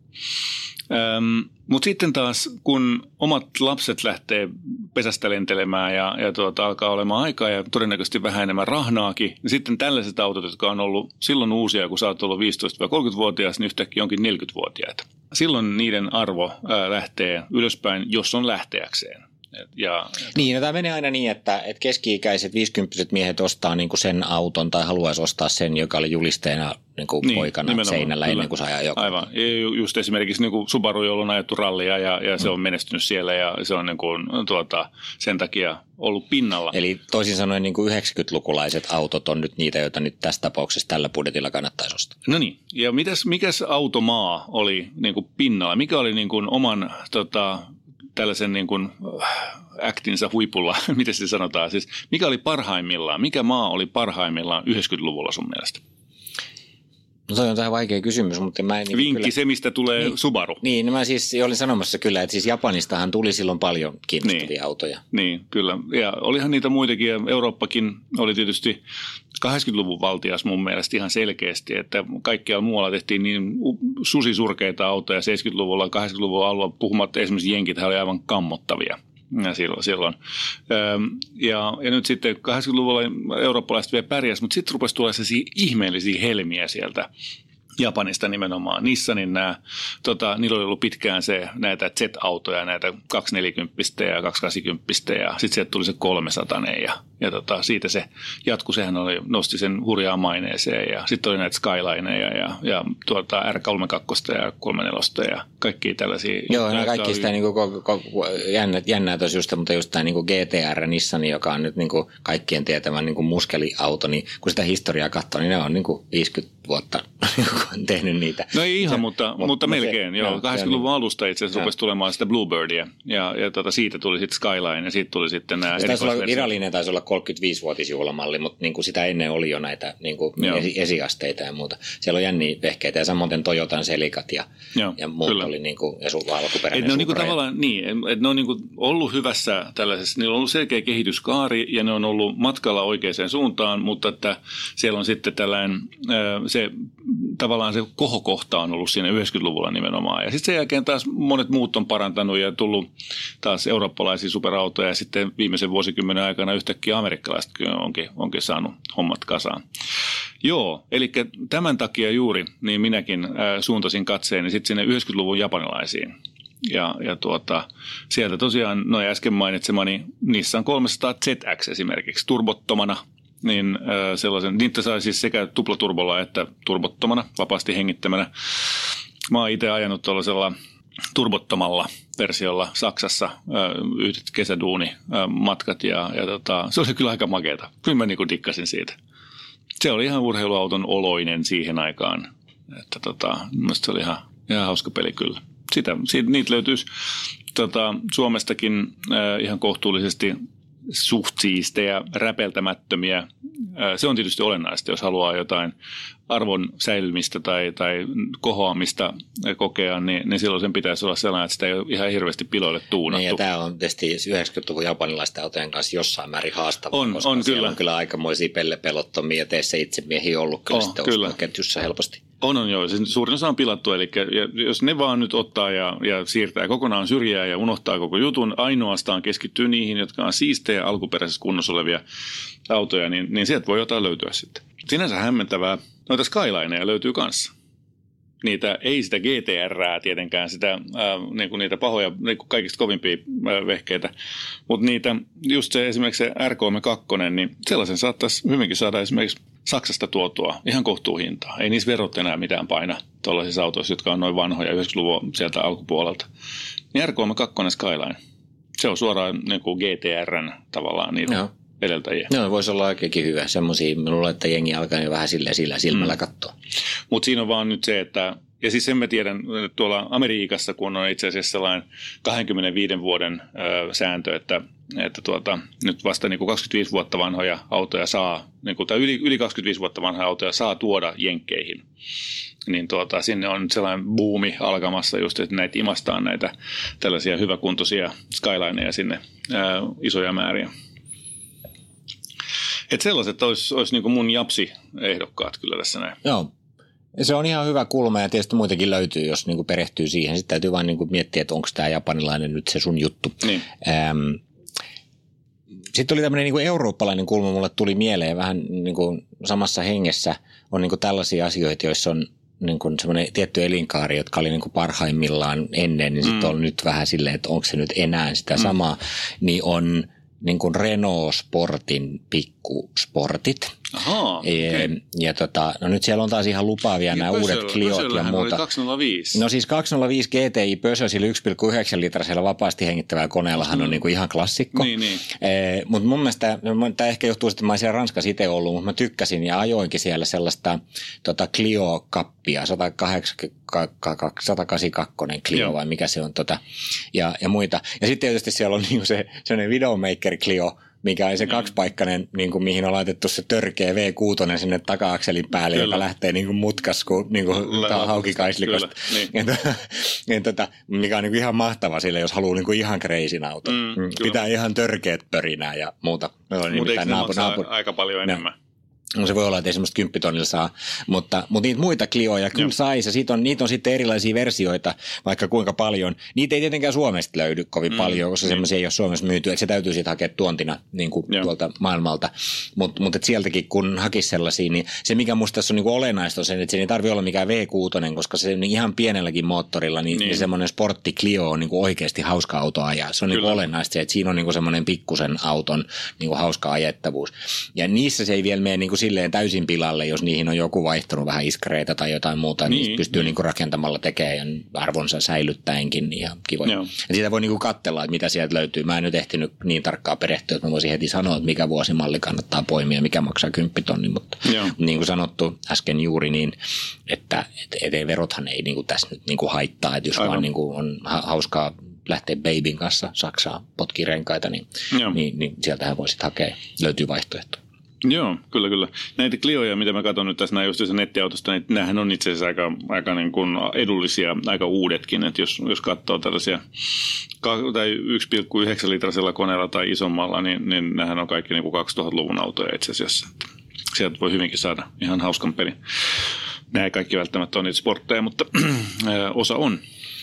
mutta sitten taas, kun omat lapset lähtee pesästä lentelemään ja alkaa olemaan aikaa ja todennäköisesti vähän enemmän rahnaakin, niin sitten tällaiset autot, jotka on ollut silloin uusia, kun sä oot ollut 15-30-vuotias, niin yhtäkkiä onkin 40-vuotiaita. Silloin niiden arvo lähtee ylöspäin, jos on lähteäkseen. Niin, no tämä menee aina niin, että keski-ikäiset 50-vuotiaat miehet ostaa niin kuin sen auton tai haluaisi ostaa sen, joka oli julisteena niin kuin poikana seinällä kyllä. Ennen kuin saa ajaa joku. Aivan. Just esimerkiksi niin kuin Subaru, jolla on ajettu rallia ja se on menestynyt siellä ja se on niin kuin, sen takia ollut pinnalla. Eli toisin sanoen niin kuin 90-lukulaiset autot on nyt niitä, joita nyt tässä tapauksessa tällä budjetilla kannattaisi ostaa. No niin. Ja mikäs automaa oli niin kuin pinnalla? Mikä oli niin kuin oman tällaisen niin kuin actinsa huipulla, miten se sanotaan, siis mikä oli parhaimmillaan, mikä maa oli parhaimmillaan 90-luvulla sun mielestä? No toi on tähän vaikea kysymys, mutta mä en... Vinkki kyllä, se, mistä tulee Subaru. Niin, mä siis olin sanomassa kyllä, että siis Japanistahan tuli silloin paljon kiinnostavia autoja. Niin, kyllä. Ja olihan niitä muitakin, ja Eurooppakin oli tietysti 80-luvun valtias mun mielestä ihan selkeästi, että kaikkialla muualla tehtiin niin susisurkeita autoja 70-luvulla, 80-luvun alulla puhumatta esimerkiksi jenkit, oli aivan kammottavia. Silloin. Ja nyt sitten 80-luvulla eurooppalaiset vielä pärjäs, mutta sitten rupesi tulla sellaisia ihmeellisiä helmiä sieltä Japanista nimenomaan. Nissanin niillä oli ollut pitkään näitä Z-autoja, näitä 240 ja 280 ja sitten sieltä tuli se 300 ja siitä se jatkui, sehän nosti sen hurjaan maineeseen ja sitten oli näitä Skylineja ja R32 ja R34 ja kaikkia tällaisia. Joo, kaikki sitä jännää tosi just, mutta just tämä niinku GTR Nissani, joka on nyt niinku kaikkien tietämän niinku muskeliauto, niin kun sitä historiaa katsoo, niin ne on niinku 50 vuotta tehnyt niitä. No ei ihan, mutta melkein. Joo, 80-luvun alusta itse asiassa rupesi tulemaan sitä Bluebirdia ja siitä tuli sitten Skyline ja siitä tuli sitten nämä erikoisversiot. Virallinen taisi olla 35-vuotisjuhlamalli, mutta niin kuin sitä ennen oli jo näitä niin kuin esiasteita ja muuta. siellä on jänniä vehkeitä ja samoin Toyotan Celicat ja muut kyllä. Oli niinku alkuperäinen. Ne on niinku tavallaan niin, että ne on niinku ollut hyvässä tällaisessa, niillä on ollut selkeä kehityskaari ja ne on ollut matkalla oikeaan suuntaan, mutta että siellä on sitten tällainen, se tavallaan se kohokohta on ollut siinä 90-luvulla nimenomaan. Ja sitten sen jälkeen taas monet muut on parantanut ja tullut taas eurooppalaisia superautoja ja sitten viimeisen vuosikymmenen aikana yhtäkkiä amerikkalaiset onkin saanut hommat kasaan. Joo, eli tämän takia juuri niin minäkin suuntasin katseeni sitten sinne 90-luvun japanilaisiin. Ja sieltä tosiaan, no äsken mainitsemani Nissan 300 ZX esimerkiksi turbottomana, niin sellaisen, niitä sai siis sekä tuplaturbolla että turbottomana, vapaasti hengittämänä. Mä oon itse ajanut tuollaisella turbottomalla versiolla Saksassa yhdet kesäduunimatkat ja se oli kyllä aika makeata. Kyllä mä niinku dikkasin siitä. Se oli ihan urheiluauton oloinen siihen aikaan. Että mielestäni se oli ihan hauska peli kyllä. Niitä löytyisi Suomestakin ihan kohtuullisesti suht siistejä, räpeltämättömiä. Se on tietysti olennaista, jos haluaa jotain arvon säilymistä tai kohoamista kokea, niin silloin sen pitäisi olla sellainen, että sitä ei ole ihan hirveästi piloille tuunattu. Niin, ja tämä on tietysti 90-luvun japanilaisten autojen kanssa jossain määrin haastavaa, koska on, siellä kyllä. On kyllä aikamoisia pellepelottomia teessä itsemiehiä ollut kyllä sitten ketjussa helposti. On joo. Suurin osa on pilattu, eli jos ne vaan nyt ottaa ja siirtää kokonaan syrjää ja unohtaa koko jutun, ainoastaan keskittyy niihin, jotka on siistejä alkuperäisessä kunnossa olevia autoja, niin sieltä voi jotain löytyä sitten. Sinänsä hämmentävää. Noita Skylineja löytyy kanssa. Ei sitä GTR:ää tietenkään, niinku niitä pahoja, niinku kaikista kovimpia vehkeitä, mutta niitä, just se esimerkiksi se R32, niin sellaisen saattaisi hyvinkin saada esimerkiksi Saksasta tuotua ihan kohtuuhintaa. Ei niissä verot enää mitään paina tuollaisissa autoissa, jotka on noin vanhoja 90-luvun sieltä alkupuolelta. Niin R32 Skyline, se on suoraan niinku GTR:n tavallaan niitä edeltäjiä. No, voisi olla oikeinkin hyvä. Semmoisia, minulla että jengi alkaa jo vähän sillä silmällä katsoa. Mutta siinä on vaan nyt se, että ja siis sen mä tiedän, että tuolla Amerikassa, kun on itse asiassa sellainen 25 vuoden sääntö, että nyt vasta niin kuin 25 vuotta vanhoja autoja saa, niin kuin, tai yli 25 vuotta vanhoja autoja saa tuoda jenkkeihin. Niin sinne on nyt sellainen buumi alkamassa just, että näitä imastaan näitä tällaisia hyväkuntoisia Skylineja sinne isoja määriä. Että sellaiset olisi niin kuin mun japsi-ehdokkaat kyllä tässä näin. Joo. Se on ihan hyvä kulma ja tietysti muitakin löytyy, jos niin kuin perehtyy siihen. Sitten täytyy vaan niin kuin miettiä, että onko tämä japanilainen nyt se sun juttu. Niin. Sitten oli tämmöinen niin kuin eurooppalainen kulma, mulle tuli mieleen vähän niin kuin samassa hengessä. On niin kuin tällaisia asioita, joissa on niin kuin semmoinen tietty elinkaari, jotka oli niin kuin parhaimmillaan ennen, niin sitten on nyt vähän silleen, että onko se nyt enää sitä samaa, niin on niin kuin Renault Sportin pikkusportit. Ahaa, okay. Ja no nyt siellä on taas ihan lupaavia nämä uudet Cliot ja muuta. Oli 205. No siis 205 GTI Peugeotilla 1,9 litrasella vapaasti hengittävällä koneellahan on niinku ihan klassikko. Niin. Mutta mun mielestä, tämä ehkä johtuu, että mä oon siellä Ranskassa itse ollut, mutta mä tykkäsin ja ajoinkin siellä sellaista Clio-kappia, 182 Clio vai mikä se on ja muita. Ja sitten tietysti siellä on niinku se sellainen Videomaker Clio, mikä on se kaksipaikkainen, niin kuin, mihin on laitettu se törkeä V6 sinne taka-akselin päälle, kyllä. Joka lähtee niin kuin mutkas kuin haukikaislikosta. Niin. Mikä on niin kuin ihan mahtava sille, jos haluaa niin kuin ihan crazyn auto. Pitää ihan törkeät pörinää ja muuta. Mutta eikö ne maksaa aika paljon enemmän? No se voi olla, että ei semmoista 10 tonnilla saa, mutta niitä muita Clioja kyllä saisi ja niitä on sitten erilaisia versioita, vaikka kuinka paljon. Niitä ei tietenkään Suomesta löydy kovin paljon, koska semmoisia ei ole Suomessa myyty, että se täytyy sitten hakea tuontina niin kuin tuolta maailmalta. Mutta sieltäkin kun hakisi sellaisia, niin se mikä musta tässä on niin kuin olennaista on se, että se ei tarvitse olla mikään V6, koska se niin ihan pienelläkin moottorilla, niin semmoinen sportti Clio on niin kuin oikeasti hauska auto ajaa. Se on niin kuin olennaista se, että siinä on niin kuin semmoinen pikkusen auton niin kuin hauska ajettavuus. Ja niissä se ei vielä mene niin kuin kuin silleen täysin pilalle, jos niihin on joku vaihtunut vähän iskareita tai jotain muuta, niin pystyy niin kuin rakentamalla tekemään arvonsa säilyttäenkin niin ihan kivoja. Ja siitä voi niin kuin katsella, että mitä sieltä löytyy. Mä en nyt ehtinyt niin tarkkaa perehtyä, että mä voisin heti sanoa, että mikä vuosimalli kannattaa poimia, mikä maksaa 10 000, mutta niin kuin sanottu äsken juuri niin, että verothan ei niin kuin tässä nyt niin kuin haittaa, että jos vaan niin kuin on hauskaa lähteä Babyn kanssa Saksaan potkii renkaita, niin sieltähän voisit hakea, löytyy vaihtoehto. Joo, kyllä. Näitä Clioja, mitä mä katson nyt tässä näin just nettiautosta, niin nämähän on itse asiassa aika niin kuin edullisia, aika uudetkin, että jos katsoo tällaisia tai 1,9 litrasella koneella tai isommalla, niin nämähän on kaikki niin kuin 2000-luvun autoja itse asiassa. Sieltä voi hyvinkin saada ihan hauskan pelin. Nämä ei kaikki välttämättä ole niitä sportteja, mutta osa on.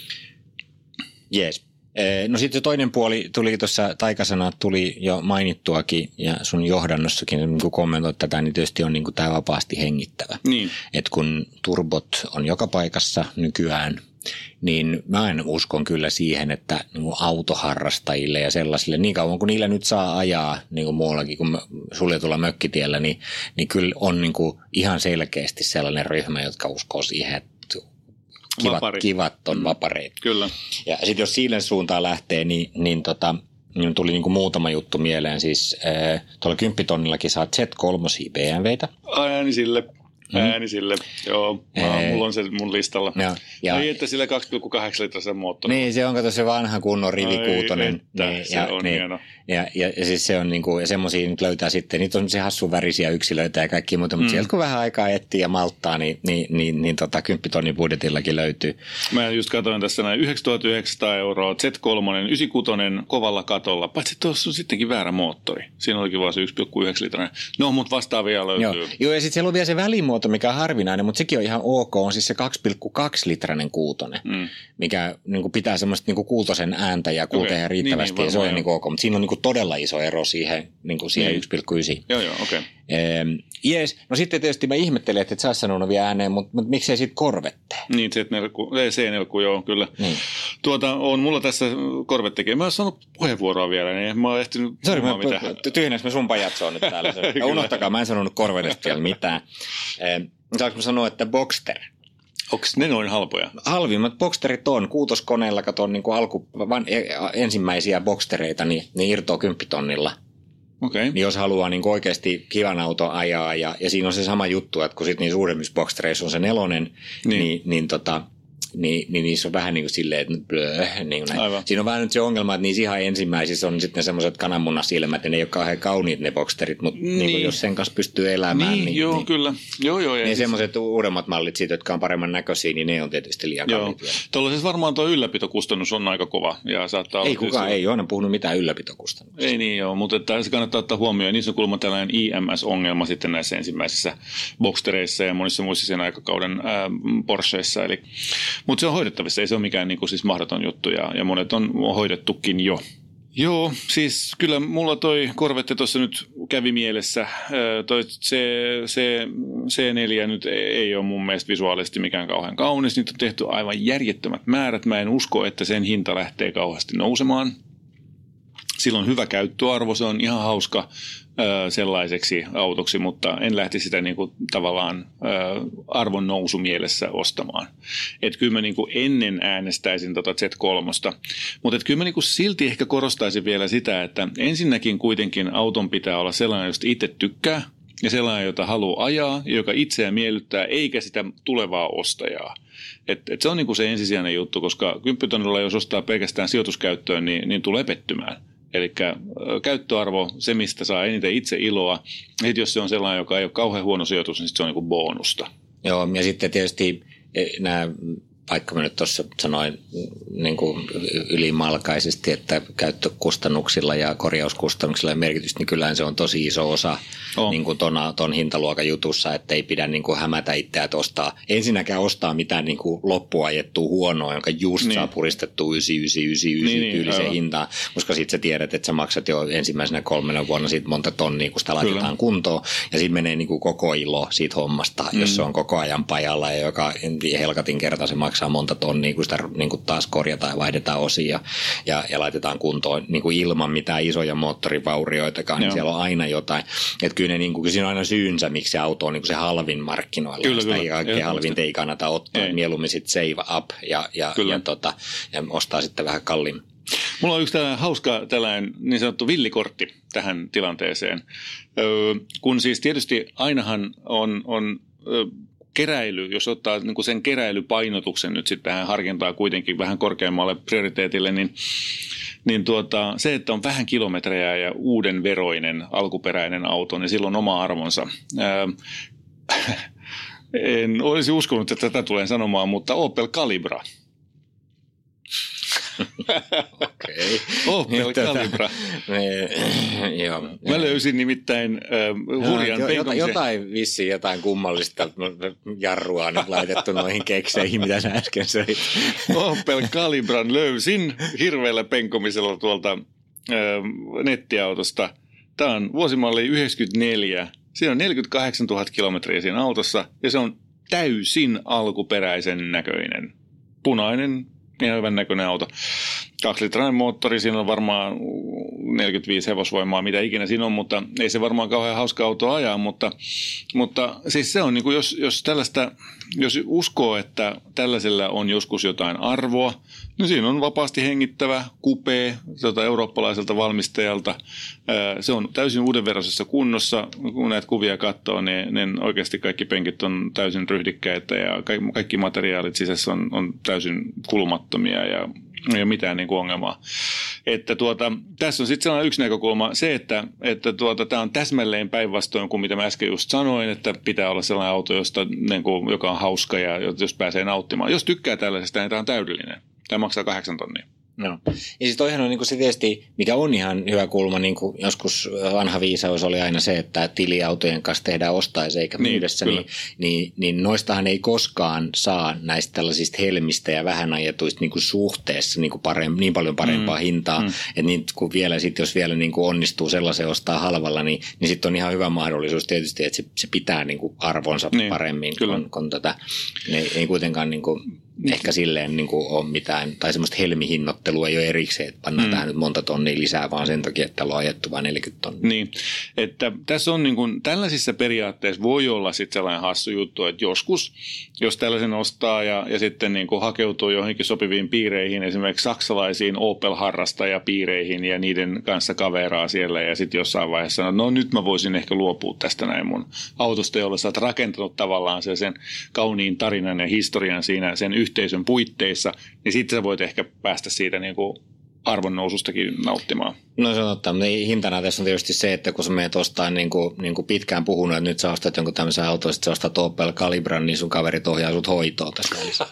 Jees. No sitten se toinen puoli tuli tuossa, taikasanat tuli jo mainittuakin ja sun johdannossakin kun kommentoit tätä, niin tietysti on niin kuin tämä vapaasti hengittävä. Niin. Että kun turbot on joka paikassa nykyään, niin mä en uskon kyllä siihen, että niin kuin autoharrastajille ja sellaisille, niin kauan kuin niillä nyt saa ajaa niin kuin muuallakin kuin suljetulla mökkitiellä, niin kyllä on niin kuin ihan selkeästi sellainen ryhmä, jotka uskoo siihen, että kivat on vapareita. Kyllä. Ja sitten jos sille suuntaan lähtee, niin tuli niinku muutama juttu mieleen. Siis tuolla 10 000 saa Z3 BMWtä. Ääni sille. Joo, mulla on se mun listalla. Ei, että sillä 2,8 litrasen moottori. Niin, se on kato se vanha kunnon rivikuutonen. Se on hieno. Ja siis se on niinku, ja semmosia nyt löytää sitten, niitä on semmosia hassun värisiä yksilöitä ja kaikki muuta, mutta sieltä kun vähän aikaa etsii ja malttaa, niin 10 000 budjetillakin löytyy. Mä just katsoin tässä näin 9 900 €, Z3, 96 kovalla katolla, paitsi tuossa on sittenkin väärä moottori. Siinä olikin vaan se 1,9 litrainen. No, mutta vastaavia löytyy. Joo, ja sitten siellä on vielä se välimuoto, mikä on harvinainen, mutta sekin on ihan ok, on siis se 2,2 litrainen kuutonen, mikä niin pitää semmoista niin kuutosen ääntä ja kuulteja riittävästi, ja se on niin ok, mutta siinä on niin todella iso ero siihen, siihen 1,9. Joo, okei. Jees, no sitten tietysti mä ihmettelen, että et sä sanonut vielä ääneen, mutta miksei siitä Corvette? Niin, C4, joo, kyllä. Niin. On mulla tässä Corvettekin. Mä oon saanut puheenvuoroa vielä, niin mä oon ehtinyt... Sori, tyhjennäks mä sun pajatsoa nyt täällä. Ja unohtakaa, mä en sanonut Corvettesta vielä mitään. Saanko mä sanoa, että Boxster? Onko ne noin halpoja? Halvimmat Boxsterit on. Kuutoskoneella katon niin ensimmäisiä Boxstereita, niin irtoaa 10 000. Okay. Niin jos haluaa niin oikeasti kivan auto ajaa, ja siinä on se sama juttu, että kun sitten niissä uudemmissa Boxstereissa on se 4, niin niissä on vähän niin kuin silleen, että niin kuin näin. Siinä on vähän nyt se ongelma, että niissä ihan ensimmäisissä on sitten semmoiset kananmunasilmät, ja ne ei ole kauhean kauniit ne Boxsterit, mutta niin jos sen kanssa pystyy elämään. Kyllä. Joo. Niin semmoiset uudemmat mallit siitä, jotka on paremman näköisiä, niin ne on tietysti liian kalliit. Tuollaisessa varmaan tuo ylläpitokustannus on aika kova. Ja saattaa ei kukaan, ei ole aina puhunut mitään ylläpitokustannuksista. Ei niin joo, mutta se kannattaa ottaa huomioon. Niissä on kuulemma tällainen IMS-ongelma sitten näissä ensimmäisissä Boxstereissa ja monissa muissa sen aikakauden Porscheissa. Mutta se on hoidettavissa, ei se ole mikään niin kuin, siis mahdoton juttu ja monet on hoidettukin jo. Joo, siis kyllä mulla toi Corvette tuossa nyt kävi mielessä. Toi C4 nyt ei ole mun mielestä visuaalisesti mikään kauhean kaunis. Nyt on tehty aivan järjettömät määrät. Mä en usko, että sen hinta lähtee kauheasti nousemaan. Sillä on hyvä käyttöarvo, se on ihan hauska sellaiseksi autoksi, mutta en lähti sitä niin kuin tavallaan arvon nousu mielessä ostamaan. Että kyllä mä niin kuin ennen äänestäisin tota Z3, mutta kyllä mä niin kuin silti ehkä korostaisin vielä sitä, että ensinnäkin kuitenkin auton pitää olla sellainen, josta itse tykkää ja sellainen, jota haluaa ajaa, joka itseään miellyttää, eikä sitä tulevaa ostajaa. Et se on niin kuin se ensisijainen juttu, koska 10 000 jos ostaa pelkästään sijoituskäyttöön, niin tulee pettymään. Eli käyttöarvo, se mistä saa eniten itse iloa. Sitten jos se on sellainen, joka ei ole kauhean huono sijoitus, niin se on niin kuin bonusta. Joo, ja sitten tietysti nämä, vaikka mä nyt tuossa sanoin niin kuin ylimalkaisesti, että käyttökustannuksilla ja korjauskustannuksilla ja merkitystä, niin kyllähän se on tosi iso osa niin kuin ton hintaluokan jutussa, että ei pidä niin kuin hämätä itseä, että ensinnäkään ostaa mitään niin kuin loppuajettua huonoa, jonka just saa puristettua 999 tyyliseen hintaan, koska sitten sä tiedät, että sä maksat jo ensimmäisenä 3 vuonna siitä monta tonnia, kun sitä laitetaan kuntoon, ja sitten menee niin kuin koko ilo siitä hommasta, jos se on koko ajan pajalla ja joka helkatin kerta se maksaa maksaa monta tonnia, kun sitä niin kuin taas korjataan ja vaihdetaan osia ja laitetaan kuntoon niin kuin ilman mitään isoja moottorivaurioitakaan, niin siellä on aina jotain. Että kyllä, kyllä siinä on aina syynsä, miksi se auto on niin kuin se halvin markkinoilla. Kyllä. Kaikkein halvinta ei kannata ottaa, mieluummin sitten save up ja ostaa sitten vähän kalliimmin. Mulla on yksi hauska tällainen niin sanottu villikortti tähän tilanteeseen, kun siis tietysti ainahan on keräily, jos ottaa niin kuin sen keräilypainotuksen nyt sitten tähän harkintaa kuitenkin vähän korkeammalle prioriteetille, niin se, että on vähän kilometrejä ja uuden veroinen alkuperäinen auto, niin sillä on oma arvonsa. En olisi uskonut, että tätä tulen sanomaan, mutta Opel Calibra. Okei. Opel Calibra. Mä löysin nimittäin hurjan penkomisen. Jotain kummallista jarrua nyt laitettu noihin kekseihin, mitä sä äsken söit. Opel Calibran löysin hirveällä penkomisella tuolta nettiautosta. Tämä on vuosimalli 94. Siinä on 48 000 kilometriä siinä autossa ja se on täysin alkuperäisen näköinen. Punainen, ihan hyvän näköinen auto. 2-litrainen moottori, siinä on varmaan 45 hevosvoimaa, mitä ikinä siinä on, mutta ei se varmaan kauhean hauska auto ajaa, mutta siis se on niin kuin jos uskoo, että tällaisella on joskus jotain arvoa, niin siinä on vapaasti hengittävä kupee eurooppalaiselta valmistajalta. Se on täysin uudenveroisessa kunnossa. Kun näitä kuvia katsoo, niin oikeasti kaikki penkit on täysin ryhdikkäitä ja kaikki materiaalit sisässä on täysin kulumattomia ja ei ole mitään niin kuin ongelmaa. Että tässä on sitten sellainen yksi näkökulma, se, että tämä on täsmälleen päinvastoin kuin mitä mä äsken just sanoin, että pitää olla sellainen auto, joka on hauska ja jos pääsee nauttimaan. Jos tykkää tällaisesta, niin tämä on täydellinen. Tämä maksaa 8 tonnia. No. Ja siis toihan on niin se tietysti, mikä on ihan hyvä kulma, niin kuin joskus vanha viisaus oli aina se, että tiliautojen kanssa tehdään ostaessa eikä myydessä, niin noistahan ei koskaan saa näistä tällaisista helmistä ja vähän ajetuista niin kuin suhteessa niin paljon parempaa hintaa, että niin, kun jos vielä niin kuin onnistuu sellaisen ostaa halvalla, niin sitten on ihan hyvä mahdollisuus tietysti, että se pitää niin kuin arvonsa paremmin, kun ei kuitenkaan niin kuin ehkä silleen niin kuin ole mitään, tai semmoista helmihinnottelua ei ole erikseen, että pannaan tähän nyt monta tonnia lisää, vaan sen takia, että täällä on ajettu vain 40 tonnia. Niin, että tässä on niin kuin, tällaisissa periaatteissa voi olla sitten sellainen hassu juttu, että joskus, jos tällaisen ostaa ja sitten niin kuin hakeutuu johonkin sopiviin piireihin, esimerkiksi saksalaisiin Opel-harrastajapiireihin ja niiden kanssa kaveraa siellä ja sitten jossain vaiheessa sanoo, no nyt mä voisin ehkä luopua tästä näin mun autosta, jolla sä oot rakentanut tavallaan sen kauniin tarinan ja historian siinä sen yhteisön puitteissa, niin sitten sä voit ehkä päästä siitä niin kuin arvonnousustakin nauttimaan. No se on totta, mutta hintana tässä on tietysti se, että kun sä menet ostaa niin kuin pitkään puhunut, että nyt sä ostat jonkun tämmöisen auton, sitten sä ostat Opel Calibran, niin sun kaverit ohjaa sut hoitoon tässä välissä.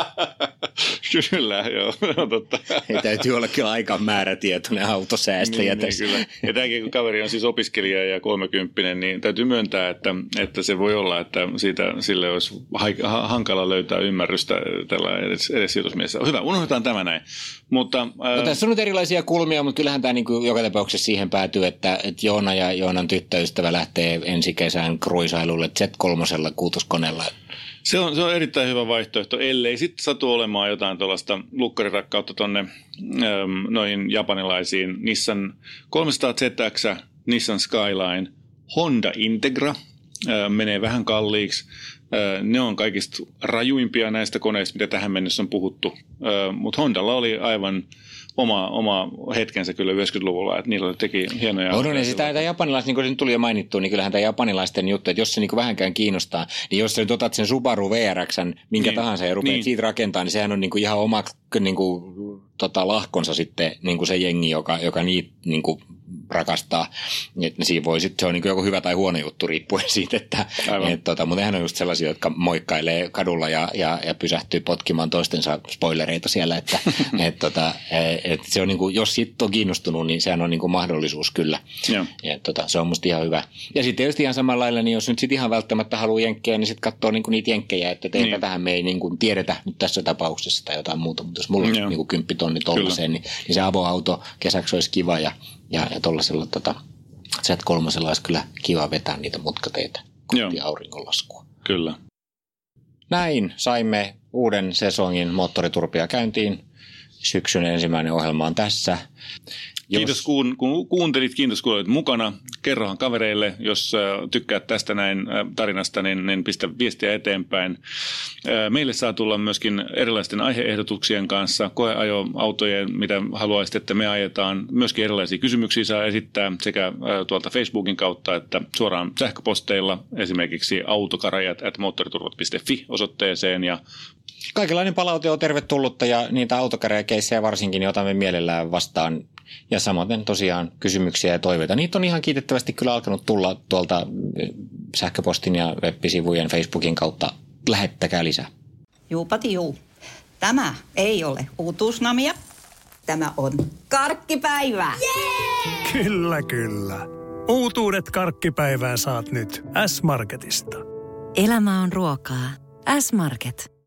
Kyllä, joo, totta. Ei täytyy olla kyllä aika määrätietoinen autosäästäjä tässä. Kyllä. Ja tämäkin kun kaveri on siis opiskelija ja 30, niin täytyy myöntää, että se voi olla, että sille olisi hankala löytää ymmärrystä tällä edessijoitusmielessä. Hyvä, unohdetaan tämä näin. Mutta, tässä on nyt erilaisia kulmia, mutta kyllähän tämä niin joka tapauksessa siihen päätyy, että Joona ja Joonan tyttöystävä lähtee ensi kesän kruisailulle Z3 kuutoskoneella. Se on erittäin hyvä vaihtoehto, ellei sitten satu olemaan jotain tuollaista lukkarirakkautta tuonne noihin japanilaisiin Nissan 300ZX, Nissan Skyline, Honda Integra menee vähän kalliiksi. Ne on kaikista rajuimpia näistä koneista, mitä tähän mennessä on puhuttu, mutta Hondalla oli aivan oma hetkensä kyllä 90-luvulla, että niillä teki hienoja... No sitä japanilaiset, niin kuin nyt tuli jo mainittua, niin kyllähän tämä japanilaisten juttu, että jos se niin vähänkään kiinnostaa, niin jos sä nyt otat sen Subaru VRX:n, minkä tahansa ja rupeat siitä rakentaa, niin sehän on niin kuin ihan oma niin kuin, lahkonsa sitten niin kuin se jengi, joka niitä niin kuin rakastaa. Että siinä voi sitten, se on niin kuin joku hyvä tai huono juttu riippuen siitä, että mutta nehän on just sellaisia, jotka moikkailee kadulla ja pysähtyy potkimaan toistensa spoilereita siellä, että se on niin kuin, jos siitä on kiinnostunut, niin sehän on niin kuin mahdollisuus kyllä. Ja se on musta ihan hyvä. Ja sitten tietysti ihan samalla lailla, niin jos nyt sitten ihan välttämättä haluaa jenkkejä, niin sitten katsoo niin kuin niitä jenkkejä, että tähän me ei niin kuin tiedetä nyt tässä tapauksessa tai jotain muuta, mutta jos mulla on niin kuin 10 tonni tollaseen, niin se avoauto kesäksi olisi kiva ja tuollaisella Z3 olisi kyllä kiva vetää niitä mutkateitä kohti auringonlaskua. Kyllä. Näin saimme uuden sesongin moottoriturpia käyntiin. Syksyn ensimmäinen ohjelma on tässä. Kiitos kun kuuntelit, kiitos kun olit mukana. Kerrohan kavereille, jos tykkäät tästä näin tarinasta, niin pistä viestiä eteenpäin. Meille saa tulla myöskin erilaisten aiheehdotuksien kanssa, koeajoautojen, mitä haluaisit, että me ajetaan. Myöskin erilaisia kysymyksiä saa esittää sekä tuolta Facebookin kautta että suoraan sähköposteilla, esimerkiksi autokarajat@moottoriturvat.fi osoitteeseen ja kaikenlainen palaute on tervetullutta ja niitä autokäräjäkeissejä varsinkin niin otamme mielellään vastaan. Ja samoin tosiaan kysymyksiä ja toiveita. Niitä on ihan kiitettävästi kyllä alkanut tulla tuolta sähköpostin ja web-sivujen Facebookin kautta. Lähettäkää lisää. Juupati juu. Tämä ei ole uutuusnamia. Tämä on karkkipäivää. Yeah! Kyllä, kyllä. Uutuudet karkkipäivään saat nyt S-Marketista. Elämä on ruokaa. S-Market.